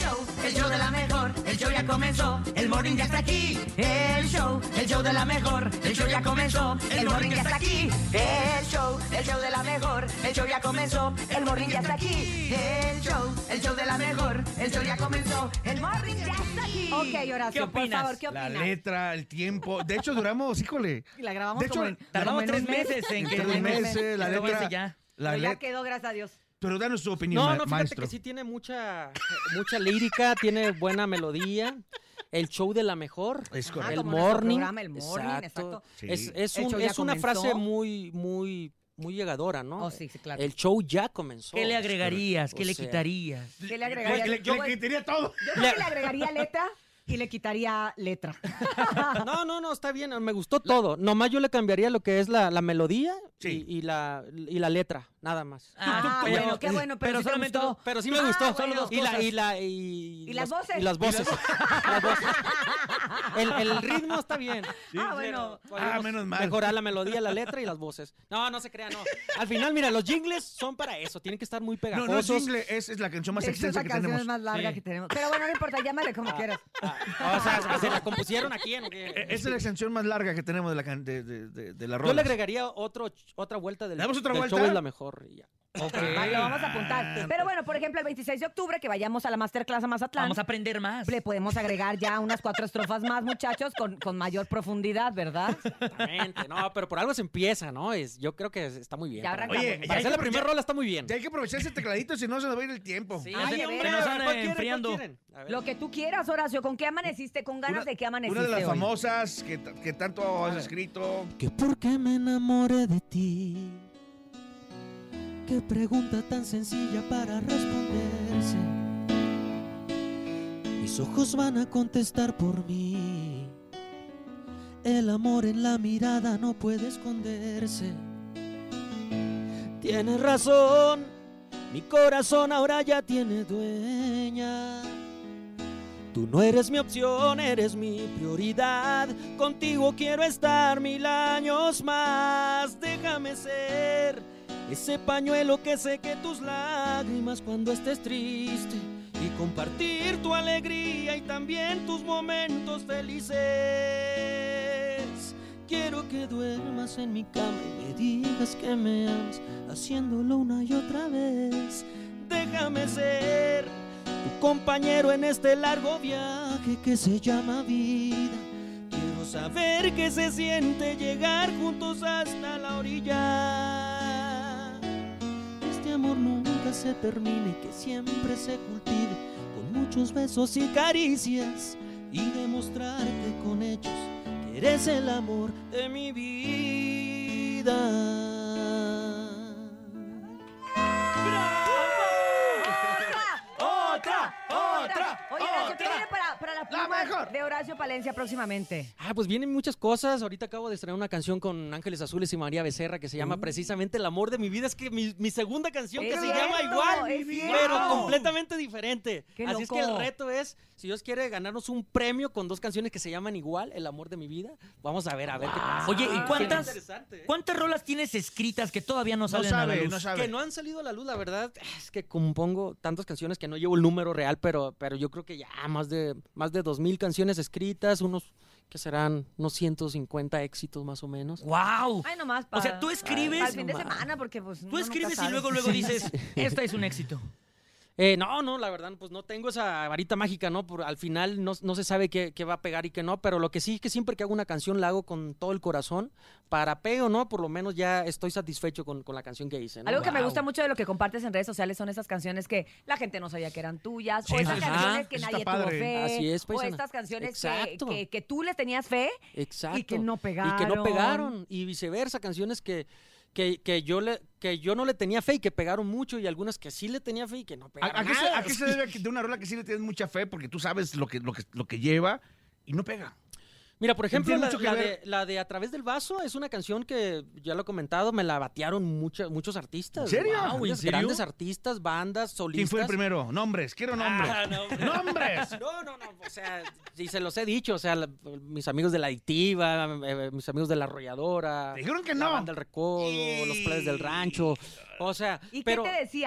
[SPEAKER 5] show, el show de la mejor, el show ya comenzó, el morning ya está aquí. El show, el show de la mejor, el show ya comenzó, el morning ya está aquí. El show, el show de la mejor, el show ya comenzó, el morning ya está aquí. El show, el show de la mejor, el show ya comenzó, el morning ya está aquí.
[SPEAKER 3] Ok, Horacio, por favor, ¿qué
[SPEAKER 4] La
[SPEAKER 3] opinas?
[SPEAKER 4] letra, el tiempo. De hecho, duramos, híjole.
[SPEAKER 3] Y la grabamos
[SPEAKER 4] De hecho,
[SPEAKER 3] como en,
[SPEAKER 5] tardamos
[SPEAKER 3] como en
[SPEAKER 5] tres
[SPEAKER 3] un mes.
[SPEAKER 5] meses en que
[SPEAKER 4] Tres meses, la
[SPEAKER 5] Pero
[SPEAKER 4] letra.
[SPEAKER 5] ese ya.
[SPEAKER 4] La
[SPEAKER 3] Pero ya
[SPEAKER 4] letra.
[SPEAKER 3] quedó, gracias a Dios.
[SPEAKER 4] Pero danos tu opinión,
[SPEAKER 17] No,
[SPEAKER 4] ma-
[SPEAKER 17] no, fíjate
[SPEAKER 4] maestro.
[SPEAKER 17] que sí tiene mucha, mucha lírica, tiene buena melodía. El show de la mejor.
[SPEAKER 4] Es
[SPEAKER 3] Ah,
[SPEAKER 4] correcto.
[SPEAKER 17] El
[SPEAKER 3] como nuestro
[SPEAKER 17] morning.
[SPEAKER 3] programa, el morning, exacto.
[SPEAKER 4] Sí.
[SPEAKER 17] Es, es,
[SPEAKER 3] El
[SPEAKER 17] un-
[SPEAKER 3] show ya
[SPEAKER 17] es una
[SPEAKER 3] comenzó.
[SPEAKER 17] frase muy, muy, muy llegadora, ¿no?
[SPEAKER 3] Oh, sí, sí, claro.
[SPEAKER 17] El show ya comenzó.
[SPEAKER 5] ¿Qué le agregarías?
[SPEAKER 17] O
[SPEAKER 5] ¿Qué le
[SPEAKER 17] sea,
[SPEAKER 5] quitarías?
[SPEAKER 3] ¿Qué le agregaría?
[SPEAKER 4] Le, le-
[SPEAKER 3] Yo
[SPEAKER 4] le
[SPEAKER 3] voy-
[SPEAKER 4] quitaría todo.
[SPEAKER 3] Yo creo que le agregaría letra y le quitaría letra.
[SPEAKER 17] No, no, no, está bien, me gustó todo. Nomás yo le cambiaría lo que es la, la melodía
[SPEAKER 4] Sí.
[SPEAKER 17] y, y la, y la letra, nada más.
[SPEAKER 3] Ah,
[SPEAKER 5] Pero-
[SPEAKER 3] bueno, qué bueno, pero,
[SPEAKER 5] pero
[SPEAKER 3] sí te
[SPEAKER 5] solamente
[SPEAKER 3] gustó.
[SPEAKER 17] Pero sí me
[SPEAKER 3] Ah,
[SPEAKER 17] gustó.
[SPEAKER 3] bueno.
[SPEAKER 17] y, la, y, la, y,
[SPEAKER 3] ¿Y las
[SPEAKER 17] los-
[SPEAKER 3] voces?
[SPEAKER 17] Y las voces. Las voces. El, el ritmo está bien.
[SPEAKER 3] Ah, bueno.
[SPEAKER 17] Pero
[SPEAKER 4] Ah,
[SPEAKER 17] podemos
[SPEAKER 4] menos mal.
[SPEAKER 17] Mejorar la melodía, la letra y las voces. No, no se crean, no. Al final, mira, los jingles son para eso. Tienen que estar muy
[SPEAKER 4] No,
[SPEAKER 17] pegajosos.
[SPEAKER 4] no es jingle, es, es la canción más
[SPEAKER 3] Esa es
[SPEAKER 4] extensa
[SPEAKER 3] la
[SPEAKER 4] que
[SPEAKER 3] canción
[SPEAKER 4] tenemos.
[SPEAKER 3] más larga
[SPEAKER 5] Sí.
[SPEAKER 3] que tenemos. Pero bueno, no importa, llámale como quieras.
[SPEAKER 17] Ah, o sea, ¿se la compusieron aquí en qué?
[SPEAKER 4] Eh, Esa es la extensión más larga que tenemos de la, can- de, de, de, de la
[SPEAKER 17] Yo
[SPEAKER 4] rola.
[SPEAKER 17] le agregaría otro, otra vuelta del,
[SPEAKER 4] ¿Le damos otra
[SPEAKER 17] del
[SPEAKER 4] vuelta?
[SPEAKER 17] show es la mejor. y ya.
[SPEAKER 3] Ah, lo vamos a apuntar. Pero bueno, por ejemplo, el veintiséis de octubre, que vayamos a la Masterclass a Mazatlán,
[SPEAKER 5] Vamos a aprender más.
[SPEAKER 3] le podemos agregar ya unas cuatro estrofas más, muchachos, con, con mayor profundidad, ¿verdad?
[SPEAKER 17] Exactamente, no, pero por algo se empieza, ¿no? Es, yo creo que está muy bien.
[SPEAKER 3] Ya
[SPEAKER 17] para-
[SPEAKER 3] arrancamos.
[SPEAKER 4] Oye,
[SPEAKER 17] para
[SPEAKER 4] ya hay
[SPEAKER 17] hacer la
[SPEAKER 4] que-
[SPEAKER 17] primera
[SPEAKER 4] ya-
[SPEAKER 17] rola está muy bien.
[SPEAKER 4] Ya hay que aprovechar ese tecladito, si no se nos va a ir el tiempo.
[SPEAKER 17] Sí,
[SPEAKER 3] Ay,
[SPEAKER 17] sí,
[SPEAKER 3] de
[SPEAKER 17] hombre,
[SPEAKER 3] veras.
[SPEAKER 5] Que nos ande
[SPEAKER 17] ¿cuál quieren?
[SPEAKER 5] enfriando.
[SPEAKER 17] ¿Cuál quieren? A ver.
[SPEAKER 3] Lo que tú quieras, Horacio. ¿Con qué amaneciste? ¿Con ganas
[SPEAKER 4] Una-
[SPEAKER 3] de qué amaneciste
[SPEAKER 4] Una de las
[SPEAKER 3] hoy?
[SPEAKER 4] famosas que, t- que tanto has escrito.
[SPEAKER 10] Que por qué me enamoré de ti. Qué pregunta tan sencilla para responderse. Mis ojos van a contestar por mí. El amor en la mirada no puede esconderse. Tienes razón, mi corazón ahora ya tiene dueña. Tú no eres mi opción, eres mi prioridad. Contigo quiero estar mil años más. Déjame ser ese pañuelo que seque tus lágrimas cuando estés triste y compartir tu alegría y también tus momentos felices. Quiero que duermas en mi cama y me digas que me amas, haciéndolo una y otra vez. Déjame ser tu compañero en este largo viaje que se llama vida. Quiero saber qué se siente llegar juntos hasta la orilla. Este amor nunca se termine y que siempre se cultive con muchos besos y caricias y demostrarte con hechos que eres el amor de mi vida.
[SPEAKER 3] ¡Otra! ¡Otra! Oye, Horacio, ¿qué viene para, para la pluma
[SPEAKER 4] mejor.
[SPEAKER 3] de Horacio Palencia próximamente?
[SPEAKER 17] Ah, pues vienen muchas cosas. Ahorita acabo de estrenar una canción con Ángeles Azules y María Becerra que se llama precisamente El amor de mi vida. Es que mi, mi segunda canción que
[SPEAKER 3] Es
[SPEAKER 17] se
[SPEAKER 3] cierto,
[SPEAKER 17] llama igual,
[SPEAKER 3] es cierto.
[SPEAKER 17] pero completamente diferente.
[SPEAKER 3] Qué
[SPEAKER 17] Así es
[SPEAKER 3] loco.
[SPEAKER 17] que el reto es, si Dios quiere ganarnos un premio con dos canciones que se llaman igual, El amor de mi vida, vamos a ver, a ver qué pasa.
[SPEAKER 5] Oye, ¿y
[SPEAKER 17] Ah,
[SPEAKER 5] cuántas,
[SPEAKER 17] interesante, ¿eh?
[SPEAKER 5] cuántas rolas tienes escritas que todavía no
[SPEAKER 4] No
[SPEAKER 5] salen a la
[SPEAKER 4] sabe,
[SPEAKER 5] luz?
[SPEAKER 4] no sabe.
[SPEAKER 17] Que no han salido a la luz, la verdad, es que compongo tantas canciones que no llevo el número real, pero, pero yo creo que ya más de más de dos mil canciones escritas, unos que serán unos ciento cincuenta éxitos más o menos.
[SPEAKER 5] ¡Wow!
[SPEAKER 3] Ay, nomás
[SPEAKER 5] O
[SPEAKER 3] para,
[SPEAKER 5] sea, tú escribes-
[SPEAKER 3] para el fin de
[SPEAKER 17] No más.
[SPEAKER 3] semana, porque pues
[SPEAKER 5] Tú escribes y luego, luego dices, esta es un éxito.
[SPEAKER 17] Eh, no, no, la verdad, pues no tengo esa varita mágica, ¿no? Por, al final no, no se sabe qué, qué va a pegar y qué no, pero lo que sí, que siempre que hago una canción la hago con todo el corazón, para pego, ¿no? Por lo menos ya estoy satisfecho con, con la canción que hice, ¿no?
[SPEAKER 3] Algo que me
[SPEAKER 17] Wow.
[SPEAKER 3] gusta mucho de lo que compartes en redes sociales son esas canciones que la gente no sabía que eran tuyas,
[SPEAKER 4] Sí,
[SPEAKER 3] o esas
[SPEAKER 4] sí,
[SPEAKER 17] sí.
[SPEAKER 3] canciones que
[SPEAKER 4] Eso
[SPEAKER 3] nadie
[SPEAKER 4] está
[SPEAKER 3] tuvo
[SPEAKER 4] padre.
[SPEAKER 3] fe,
[SPEAKER 17] Así es,
[SPEAKER 3] o
[SPEAKER 17] paisana.
[SPEAKER 3] estas canciones que,
[SPEAKER 17] Exacto.
[SPEAKER 3] que, que tú les tenías fe
[SPEAKER 17] Exacto.
[SPEAKER 3] y que no pegaron.
[SPEAKER 17] Y que no pegaron. Y viceversa, canciones que, que, que, yo le, que yo no le tenía fe y que pegaron mucho, y algunas que sí le tenía fe y que no
[SPEAKER 4] ¿A,
[SPEAKER 17] pegaron.
[SPEAKER 4] a qué, se,
[SPEAKER 17] nada.
[SPEAKER 4] a qué se debe que de una rola que sí le tienes mucha fe porque tú sabes lo que, lo que, lo que lleva y no pega?
[SPEAKER 17] Mira, por ejemplo,
[SPEAKER 4] Tiene
[SPEAKER 17] la,
[SPEAKER 4] mucho que
[SPEAKER 17] la
[SPEAKER 4] ver.
[SPEAKER 17] de, la de A través del vaso es una canción que, ya lo he comentado, me la batearon mucha- muchos artistas.
[SPEAKER 4] ¿En serio?
[SPEAKER 17] Wow,
[SPEAKER 4] ¿En
[SPEAKER 17] muchos
[SPEAKER 5] serio?
[SPEAKER 17] grandes artistas, bandas, solistas.
[SPEAKER 4] ¿Quién fue el primero? Nombres, quiero nombres.
[SPEAKER 17] Ah, no, hombre.
[SPEAKER 4] ¡Nombres!
[SPEAKER 17] No, no, no, o sea, sí se los he dicho, o sea, la- mis amigos de La Adictiva, eh, mis amigos de La Arrolladora.
[SPEAKER 4] Te dijeron que
[SPEAKER 17] La
[SPEAKER 4] no.
[SPEAKER 17] Banda del Recodo, los Plebes del Rancho, o sea,
[SPEAKER 3] ¿Y
[SPEAKER 17] pero...
[SPEAKER 3] qué te decían?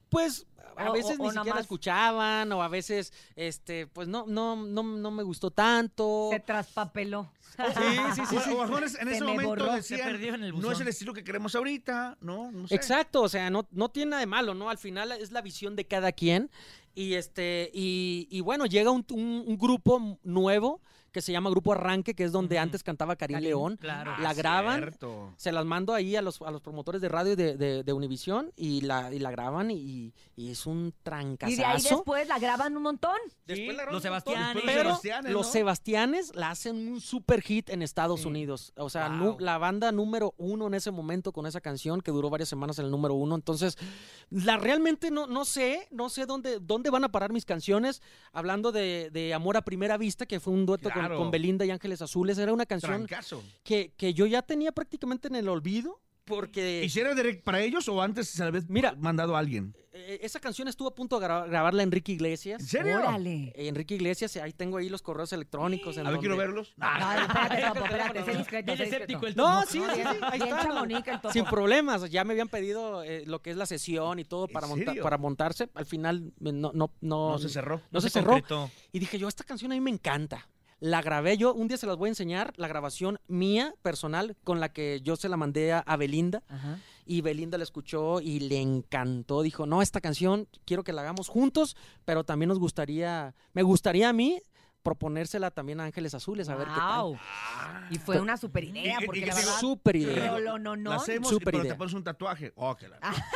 [SPEAKER 17] Pues a
[SPEAKER 3] O-
[SPEAKER 17] veces
[SPEAKER 3] o-
[SPEAKER 17] ni
[SPEAKER 3] o nada
[SPEAKER 17] siquiera
[SPEAKER 3] más.
[SPEAKER 17] escuchaban, o a veces, este, pues no, no, no, no me gustó tanto.
[SPEAKER 3] Se traspapeló.
[SPEAKER 17] Sí, sí, sí, sí.
[SPEAKER 4] O, o a lo mejor en
[SPEAKER 3] Se
[SPEAKER 4] ese
[SPEAKER 3] me
[SPEAKER 4] momento
[SPEAKER 3] borró.
[SPEAKER 4] decían,
[SPEAKER 5] Se perdió en el
[SPEAKER 4] no es
[SPEAKER 5] buzón.
[SPEAKER 4] el estilo que queremos ahorita, ¿no? No sé.
[SPEAKER 17] Exacto, o sea, no, no tiene nada de malo, ¿no? Al final es la visión de cada quien. Y este, y, y bueno, llega un, un- un grupo nuevo que se llama Grupo Arranque, que es donde antes cantaba Karim,
[SPEAKER 5] Karim,
[SPEAKER 17] León.
[SPEAKER 5] claro.
[SPEAKER 17] La
[SPEAKER 4] Ah,
[SPEAKER 17] graban,
[SPEAKER 4] cierto.
[SPEAKER 17] se las mando ahí a los, a los promotores de radio de, de, de Univisión y la, y la graban y, y es un trancazazo.
[SPEAKER 3] Y de ahí después la graban un montón.
[SPEAKER 17] Después la graban
[SPEAKER 5] los
[SPEAKER 17] un montón.
[SPEAKER 5] Sebastianes.
[SPEAKER 17] Pero
[SPEAKER 4] Sebastianes,
[SPEAKER 17] los
[SPEAKER 4] ¿no?
[SPEAKER 17] Sebastianes la hacen un super hit en Estados
[SPEAKER 3] Sí.
[SPEAKER 17] Unidos. O sea,
[SPEAKER 5] Wow.
[SPEAKER 17] nu- la banda número uno en ese momento con esa canción que duró varias semanas en el número uno. Entonces, la realmente no, no sé, no sé dónde, dónde van a parar mis canciones. Hablando de, de Amor a Primera Vista, que fue un dueto con-
[SPEAKER 4] Claro.
[SPEAKER 17] con, Belinda y Ángeles Azules. Era una canción
[SPEAKER 4] Trancazo.
[SPEAKER 17] que, que yo ya tenía prácticamente en el olvido. Porque
[SPEAKER 4] ¿Y si era direct para ellos o antes se la había
[SPEAKER 17] Mira,
[SPEAKER 4] mandado a alguien?
[SPEAKER 17] eh, esa canción estuvo a punto de gra- grabarla Enrique Iglesias.
[SPEAKER 4] ¿En serio?
[SPEAKER 3] Órale.
[SPEAKER 17] Eh, Enrique Iglesias, ahí tengo ahí los correos electrónicos. en
[SPEAKER 4] A ver,
[SPEAKER 17] donde-
[SPEAKER 4] quiero verlos.
[SPEAKER 3] No, espérate, Topo, espérate, sé discreto,
[SPEAKER 5] Bien
[SPEAKER 3] sé
[SPEAKER 5] escéptico el
[SPEAKER 3] discreto.
[SPEAKER 17] No,
[SPEAKER 5] Topo.
[SPEAKER 17] sí, sí, sí, ahí
[SPEAKER 3] Bien
[SPEAKER 17] está.
[SPEAKER 3] chamonica el Topo.
[SPEAKER 17] Sin problemas, ya me habían pedido eh, lo que es la sesión y todo
[SPEAKER 4] ¿En
[SPEAKER 17] para, monta-
[SPEAKER 4] serio?
[SPEAKER 17] para montarse. Al final eh, no, no, no,
[SPEAKER 4] No se cerró.
[SPEAKER 17] no se cerró.
[SPEAKER 5] concretó.
[SPEAKER 17] Y dije yo, esta canción a mí me encanta. La grabé yo, un día se las voy a enseñar, la grabación mía, personal, con la que yo se la mandé a, a Belinda.
[SPEAKER 3] Ajá.
[SPEAKER 17] Y Belinda la escuchó y le encantó. Dijo, no, esta canción quiero que la hagamos juntos, pero también nos gustaría, me gustaría a mí proponérsela también a Ángeles Azules, a ver qué tal.
[SPEAKER 3] Wow. Y fue una super idea,
[SPEAKER 4] Y- y-
[SPEAKER 3] porque
[SPEAKER 4] y
[SPEAKER 3] la
[SPEAKER 4] que
[SPEAKER 3] verdad...
[SPEAKER 17] Súper idea.
[SPEAKER 3] Pero lo no, no.
[SPEAKER 4] La hacemos,
[SPEAKER 17] Súper
[SPEAKER 4] pero
[SPEAKER 17] idea.
[SPEAKER 4] te pones un tatuaje. Oh, que la...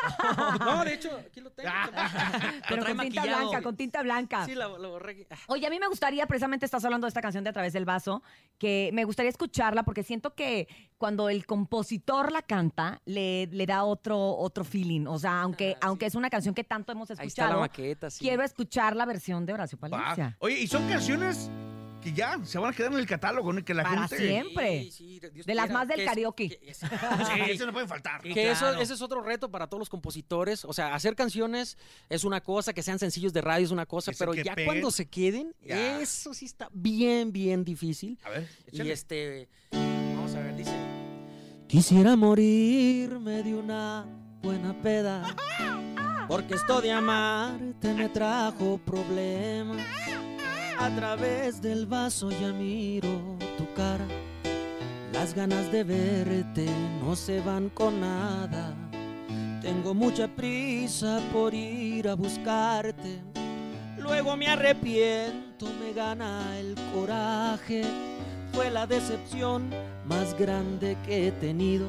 [SPEAKER 17] No, de hecho, aquí lo tengo.
[SPEAKER 3] Pero
[SPEAKER 5] trae
[SPEAKER 3] con tinta
[SPEAKER 5] maquillado.
[SPEAKER 3] blanca, con tinta blanca.
[SPEAKER 17] Sí, lo, lo borré. Ah,
[SPEAKER 3] Oye, a mí me gustaría, precisamente estás hablando de esta canción de A Través del Vaso, que me gustaría escucharla porque siento que cuando el compositor la canta, le, le da otro, otro feeling. O sea, aunque,
[SPEAKER 17] Ah, sí.
[SPEAKER 3] aunque es una canción que tanto hemos
[SPEAKER 17] Ahí está la
[SPEAKER 3] escuchado,
[SPEAKER 17] maqueta, sí.
[SPEAKER 3] quiero escuchar la versión de Horacio
[SPEAKER 4] Va.
[SPEAKER 3] Palencia.
[SPEAKER 4] Oye, y son canciones que ya se van a quedar en el catálogo, ¿no? Que la
[SPEAKER 3] Para
[SPEAKER 4] gente...
[SPEAKER 3] siempre.
[SPEAKER 17] Sí, sí, Dios
[SPEAKER 3] De las
[SPEAKER 17] quiera.
[SPEAKER 3] más del
[SPEAKER 17] Que es-
[SPEAKER 3] karaoke.
[SPEAKER 17] que es-
[SPEAKER 4] Sí, eso no puede faltar.
[SPEAKER 5] Sí,
[SPEAKER 17] Que eso,
[SPEAKER 5] claro.
[SPEAKER 17] ese es otro reto para todos los compositores. O sea, hacer canciones es una cosa, que sean sencillos de radio es una cosa,
[SPEAKER 4] Que se-
[SPEAKER 17] pero
[SPEAKER 4] que
[SPEAKER 17] ya
[SPEAKER 4] peguen.
[SPEAKER 17] cuando se queden,
[SPEAKER 4] Ya.
[SPEAKER 17] eso sí está bien, bien difícil.
[SPEAKER 4] A ver,
[SPEAKER 17] Y
[SPEAKER 4] échale.
[SPEAKER 17] este, vamos a ver, dice. Quisiera morirme de una buena peda, porque esto de amarte me trajo problemas. A través del vaso ya miro tu cara, las ganas de verte no se van con nada. Tengo mucha prisa por ir a buscarte, luego me arrepiento, me gana el coraje. Fue la decepción más grande que he tenido.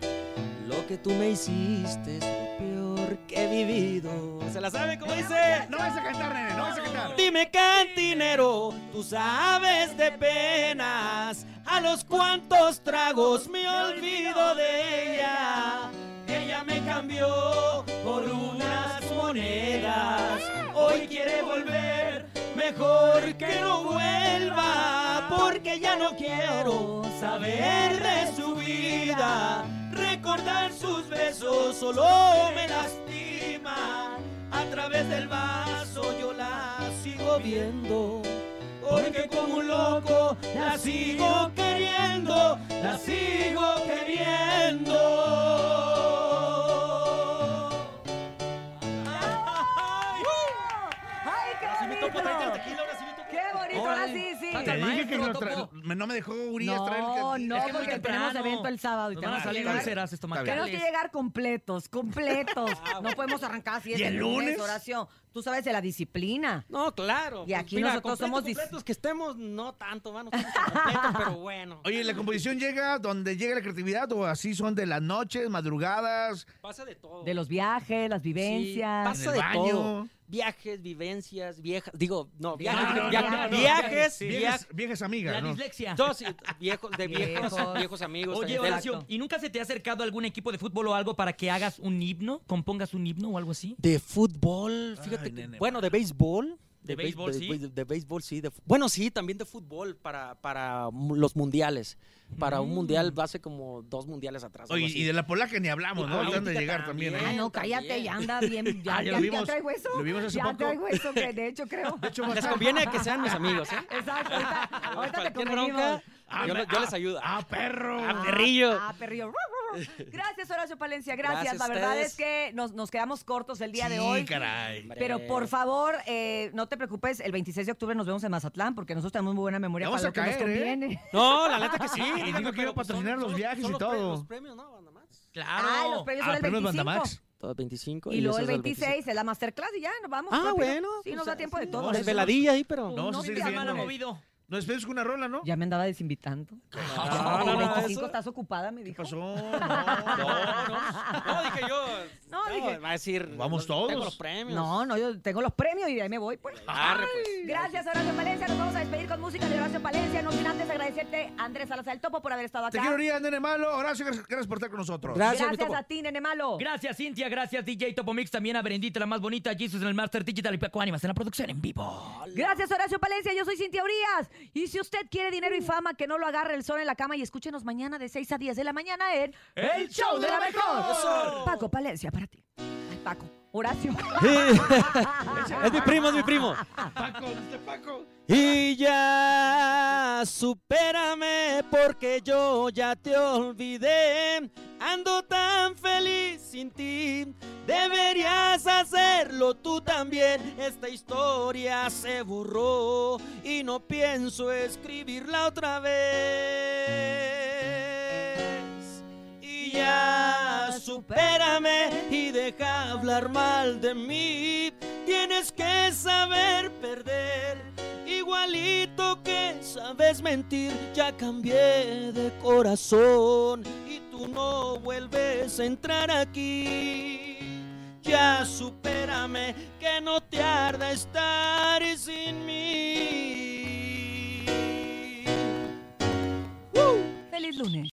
[SPEAKER 17] Lo que tú me hiciste es lo peor que he vivido. ¿Se la sabe cómo dice?
[SPEAKER 4] No vas a cantar, nene, no vas a cantar.
[SPEAKER 17] Dime, cantinero, tú sabes de penas, a los cuantos tragos me olvido de ella. Ella me cambió por unas monedas, hoy quiere volver, mejor que no vuelva, porque ya no quiero saber de su vida. Recordar sus besos solo me lastima. A través del vaso yo la sigo viendo, porque como un loco la sigo queriendo, la sigo queriendo.
[SPEAKER 3] ¡Ay, qué
[SPEAKER 17] Ahora sí me topo,
[SPEAKER 3] bonito!
[SPEAKER 17] tráete el tequila, ahora sí me topo.
[SPEAKER 3] ¡Qué bonito! Ahora sí, sí.
[SPEAKER 5] Saca
[SPEAKER 4] Te
[SPEAKER 5] el
[SPEAKER 4] dije que
[SPEAKER 5] maestro,
[SPEAKER 4] lo tra-
[SPEAKER 5] Topo.
[SPEAKER 4] me- no me dejó Urias
[SPEAKER 3] No,
[SPEAKER 4] traer el
[SPEAKER 3] no,
[SPEAKER 4] que-
[SPEAKER 5] Es que
[SPEAKER 3] porque
[SPEAKER 5] muy
[SPEAKER 3] tenemos
[SPEAKER 5] temprano.
[SPEAKER 3] evento el sábado y
[SPEAKER 5] Nos van a
[SPEAKER 3] tenemos que
[SPEAKER 5] salir
[SPEAKER 3] llegar-
[SPEAKER 5] úlceras estomacales.
[SPEAKER 3] Tenemos que llegar completos, completos. No podemos arrancar así
[SPEAKER 4] ¿Y
[SPEAKER 3] desde
[SPEAKER 4] el
[SPEAKER 3] el lunes,
[SPEAKER 4] lunes?
[SPEAKER 3] Horacio. Tú sabes de la disciplina.
[SPEAKER 17] No, claro.
[SPEAKER 3] Y aquí
[SPEAKER 17] Mira,
[SPEAKER 3] nosotros
[SPEAKER 17] completos,
[SPEAKER 3] somos dis-
[SPEAKER 17] completos que estemos, no tanto, van, no estamos tan completos, pero bueno.
[SPEAKER 4] Oye, ¿la composición llega donde llega la creatividad o así son de las noches, madrugadas?
[SPEAKER 17] Pasa de todo.
[SPEAKER 3] De los viajes, las
[SPEAKER 17] Sí,
[SPEAKER 3] vivencias.
[SPEAKER 17] pasa
[SPEAKER 4] En el
[SPEAKER 17] de
[SPEAKER 4] baño.
[SPEAKER 17] todo. Viajes, vivencias, viejas. Digo, no, viajes,
[SPEAKER 3] No, no,
[SPEAKER 17] via-
[SPEAKER 3] no,
[SPEAKER 17] viajes,
[SPEAKER 3] no, no,
[SPEAKER 17] viajes,
[SPEAKER 5] sí.
[SPEAKER 17] viajes.
[SPEAKER 4] Viejas, viejas amigas,
[SPEAKER 5] La
[SPEAKER 4] ¿no?
[SPEAKER 5] dislexia.
[SPEAKER 17] No, sí, viejos, de viejos,
[SPEAKER 3] Viejos.
[SPEAKER 17] viejos amigos.
[SPEAKER 5] Oye,
[SPEAKER 17] también.
[SPEAKER 5] Horacio, ¿y nunca se te ha acercado algún equipo de fútbol o algo para que hagas un himno? ¿Compongas un himno o algo así?
[SPEAKER 17] De fútbol, fíjate.
[SPEAKER 4] Ay,
[SPEAKER 17] que-
[SPEAKER 4] nene,
[SPEAKER 17] bueno, de béisbol.
[SPEAKER 5] De béisbol,
[SPEAKER 17] béis-
[SPEAKER 5] sí.
[SPEAKER 17] De, de béisbol, sí. de fu- bueno, sí, también de fútbol para, para mu- los mundiales. Para un
[SPEAKER 5] Mm.
[SPEAKER 17] mundial, hace como dos mundiales atrás. algo
[SPEAKER 4] Oye,
[SPEAKER 17] así.
[SPEAKER 4] y de la polaca ni hablamos, ¿no?
[SPEAKER 17] La
[SPEAKER 4] Ahorita han de
[SPEAKER 17] política
[SPEAKER 4] llegar también.
[SPEAKER 17] también.
[SPEAKER 4] ¿eh?
[SPEAKER 3] Ah, no, cállate,
[SPEAKER 17] también.
[SPEAKER 3] ya anda bien. Ya,
[SPEAKER 4] Ah, ya
[SPEAKER 3] ya,
[SPEAKER 4] lo vimos-
[SPEAKER 3] ya traigo eso.
[SPEAKER 4] lo vimos hace
[SPEAKER 3] ya
[SPEAKER 4] poco.
[SPEAKER 3] traigo eso, que de hecho creo.
[SPEAKER 4] De hecho, va a
[SPEAKER 17] Les
[SPEAKER 4] estar-
[SPEAKER 17] conviene que sean mis amigos, ¿eh?
[SPEAKER 3] Exacto, ahorita, ahorita te
[SPEAKER 17] Cualquier
[SPEAKER 3] convenimos.
[SPEAKER 17] bronca,
[SPEAKER 4] Ah,
[SPEAKER 17] yo,
[SPEAKER 4] me-
[SPEAKER 17] yo les ayudo.
[SPEAKER 4] ¡Ah, perro!
[SPEAKER 17] ¡Ah, perrillo!
[SPEAKER 3] Ah, perrillo. Gracias, Horacio Palencia, gracias.
[SPEAKER 17] Gracias
[SPEAKER 3] La
[SPEAKER 17] a
[SPEAKER 3] verdad
[SPEAKER 17] ustedes.
[SPEAKER 3] es que nos, nos quedamos cortos el día
[SPEAKER 4] Sí,
[SPEAKER 3] de hoy.
[SPEAKER 4] caray.
[SPEAKER 3] Pero por favor, eh, no te preocupes, el veintiséis de octubre nos vemos en Mazatlán porque nosotros tenemos muy buena memoria
[SPEAKER 4] Vamos
[SPEAKER 3] para
[SPEAKER 4] a
[SPEAKER 3] lo que
[SPEAKER 4] caer,
[SPEAKER 3] nos
[SPEAKER 4] ¿eh?
[SPEAKER 3] conviene.
[SPEAKER 17] No, la neta que sí.
[SPEAKER 4] Y dijo
[SPEAKER 17] díganme,
[SPEAKER 4] que iba a
[SPEAKER 17] pero, pues,
[SPEAKER 4] patrocinar
[SPEAKER 17] son-
[SPEAKER 4] los
[SPEAKER 17] son-
[SPEAKER 4] viajes
[SPEAKER 17] son
[SPEAKER 4] y
[SPEAKER 17] los pre-
[SPEAKER 4] todo.
[SPEAKER 17] Los premios, ¿no? Banda Max.
[SPEAKER 5] Claro.
[SPEAKER 3] Ah, los premios son
[SPEAKER 4] Ah,
[SPEAKER 3] el
[SPEAKER 4] premios
[SPEAKER 3] veinticinco.
[SPEAKER 4] Bandamax.
[SPEAKER 17] Todo veinticinco.
[SPEAKER 3] Y luego
[SPEAKER 17] ese
[SPEAKER 3] el
[SPEAKER 17] es
[SPEAKER 3] veintiséis es la masterclass y ya nos vamos.
[SPEAKER 17] Ah,
[SPEAKER 3] rápido.
[SPEAKER 17] bueno.
[SPEAKER 3] Sí,
[SPEAKER 17] pues,
[SPEAKER 3] nos da tiempo de
[SPEAKER 17] sí,
[SPEAKER 3] todo.
[SPEAKER 17] no,
[SPEAKER 3] Eso.
[SPEAKER 17] desveladilla ahí, pero.
[SPEAKER 4] No,
[SPEAKER 3] No,
[SPEAKER 4] se
[SPEAKER 3] te
[SPEAKER 4] sigue
[SPEAKER 3] llaman
[SPEAKER 4] viendo.
[SPEAKER 5] movido.
[SPEAKER 4] Nos despedimos con una rola, ¿no?
[SPEAKER 3] Ya me andaba desinvitando.
[SPEAKER 17] No, no,
[SPEAKER 3] el
[SPEAKER 17] no,
[SPEAKER 3] veinticinco
[SPEAKER 17] eso-
[SPEAKER 3] estás ocupada, me
[SPEAKER 4] ¿Qué
[SPEAKER 3] dijo.
[SPEAKER 4] pasó? No,
[SPEAKER 17] No, no. No, dije yo.
[SPEAKER 3] No, dije-
[SPEAKER 17] Va a decir.
[SPEAKER 4] Vamos
[SPEAKER 17] los-
[SPEAKER 4] todos.
[SPEAKER 17] Tengo los premios.
[SPEAKER 3] No, no, yo tengo los premios y de ahí me voy, pues.
[SPEAKER 17] Arre, pues.
[SPEAKER 3] Gracias, Horacio Palencia. Nos vamos a despedir con música de Horacio Palencia. No sin antes agradecerte, Andrés Salazar el Topo, por haber estado acá.
[SPEAKER 4] Te quiero ir, Nene Malo. Horacio, gracias, gracias por estar con nosotros.
[SPEAKER 17] Gracias, mi
[SPEAKER 3] Gracias
[SPEAKER 17] Topo.
[SPEAKER 3] a ti, Nene Malo.
[SPEAKER 5] Gracias, Cintia. Gracias, D J Topo Mix. También a Brendita, la más bonita. Jesus en el Master Digital y Paco Ánimas en la producción en vivo.
[SPEAKER 3] Gracias, Horacio Palencia. Yo soy Cintia Urias. Y si usted quiere dinero y fama, que no lo agarre el sol en la cama y escúchenos mañana de seis a diez de la mañana en
[SPEAKER 5] El Show de la Mejor.
[SPEAKER 3] Eso. Paco Palencia, para ti. Ay, Paco. Horacio.
[SPEAKER 17] Es mi primo, es mi primo.
[SPEAKER 4] Paco, ¿viste Paco?
[SPEAKER 10] Y ya supérame porque yo ya te olvidé. Ando tan feliz sin ti. Deberías hacerlo tú también. Esta historia se borró y no pienso escribirla otra vez. Y ya supérame y deja hablar mal de mí. Tienes que saber perder, igualito que sabes mentir. Ya cambié de corazón y tú no vuelves a entrar aquí. Ya supérame, que no te arda estar sin mí.
[SPEAKER 3] Feliz lunes.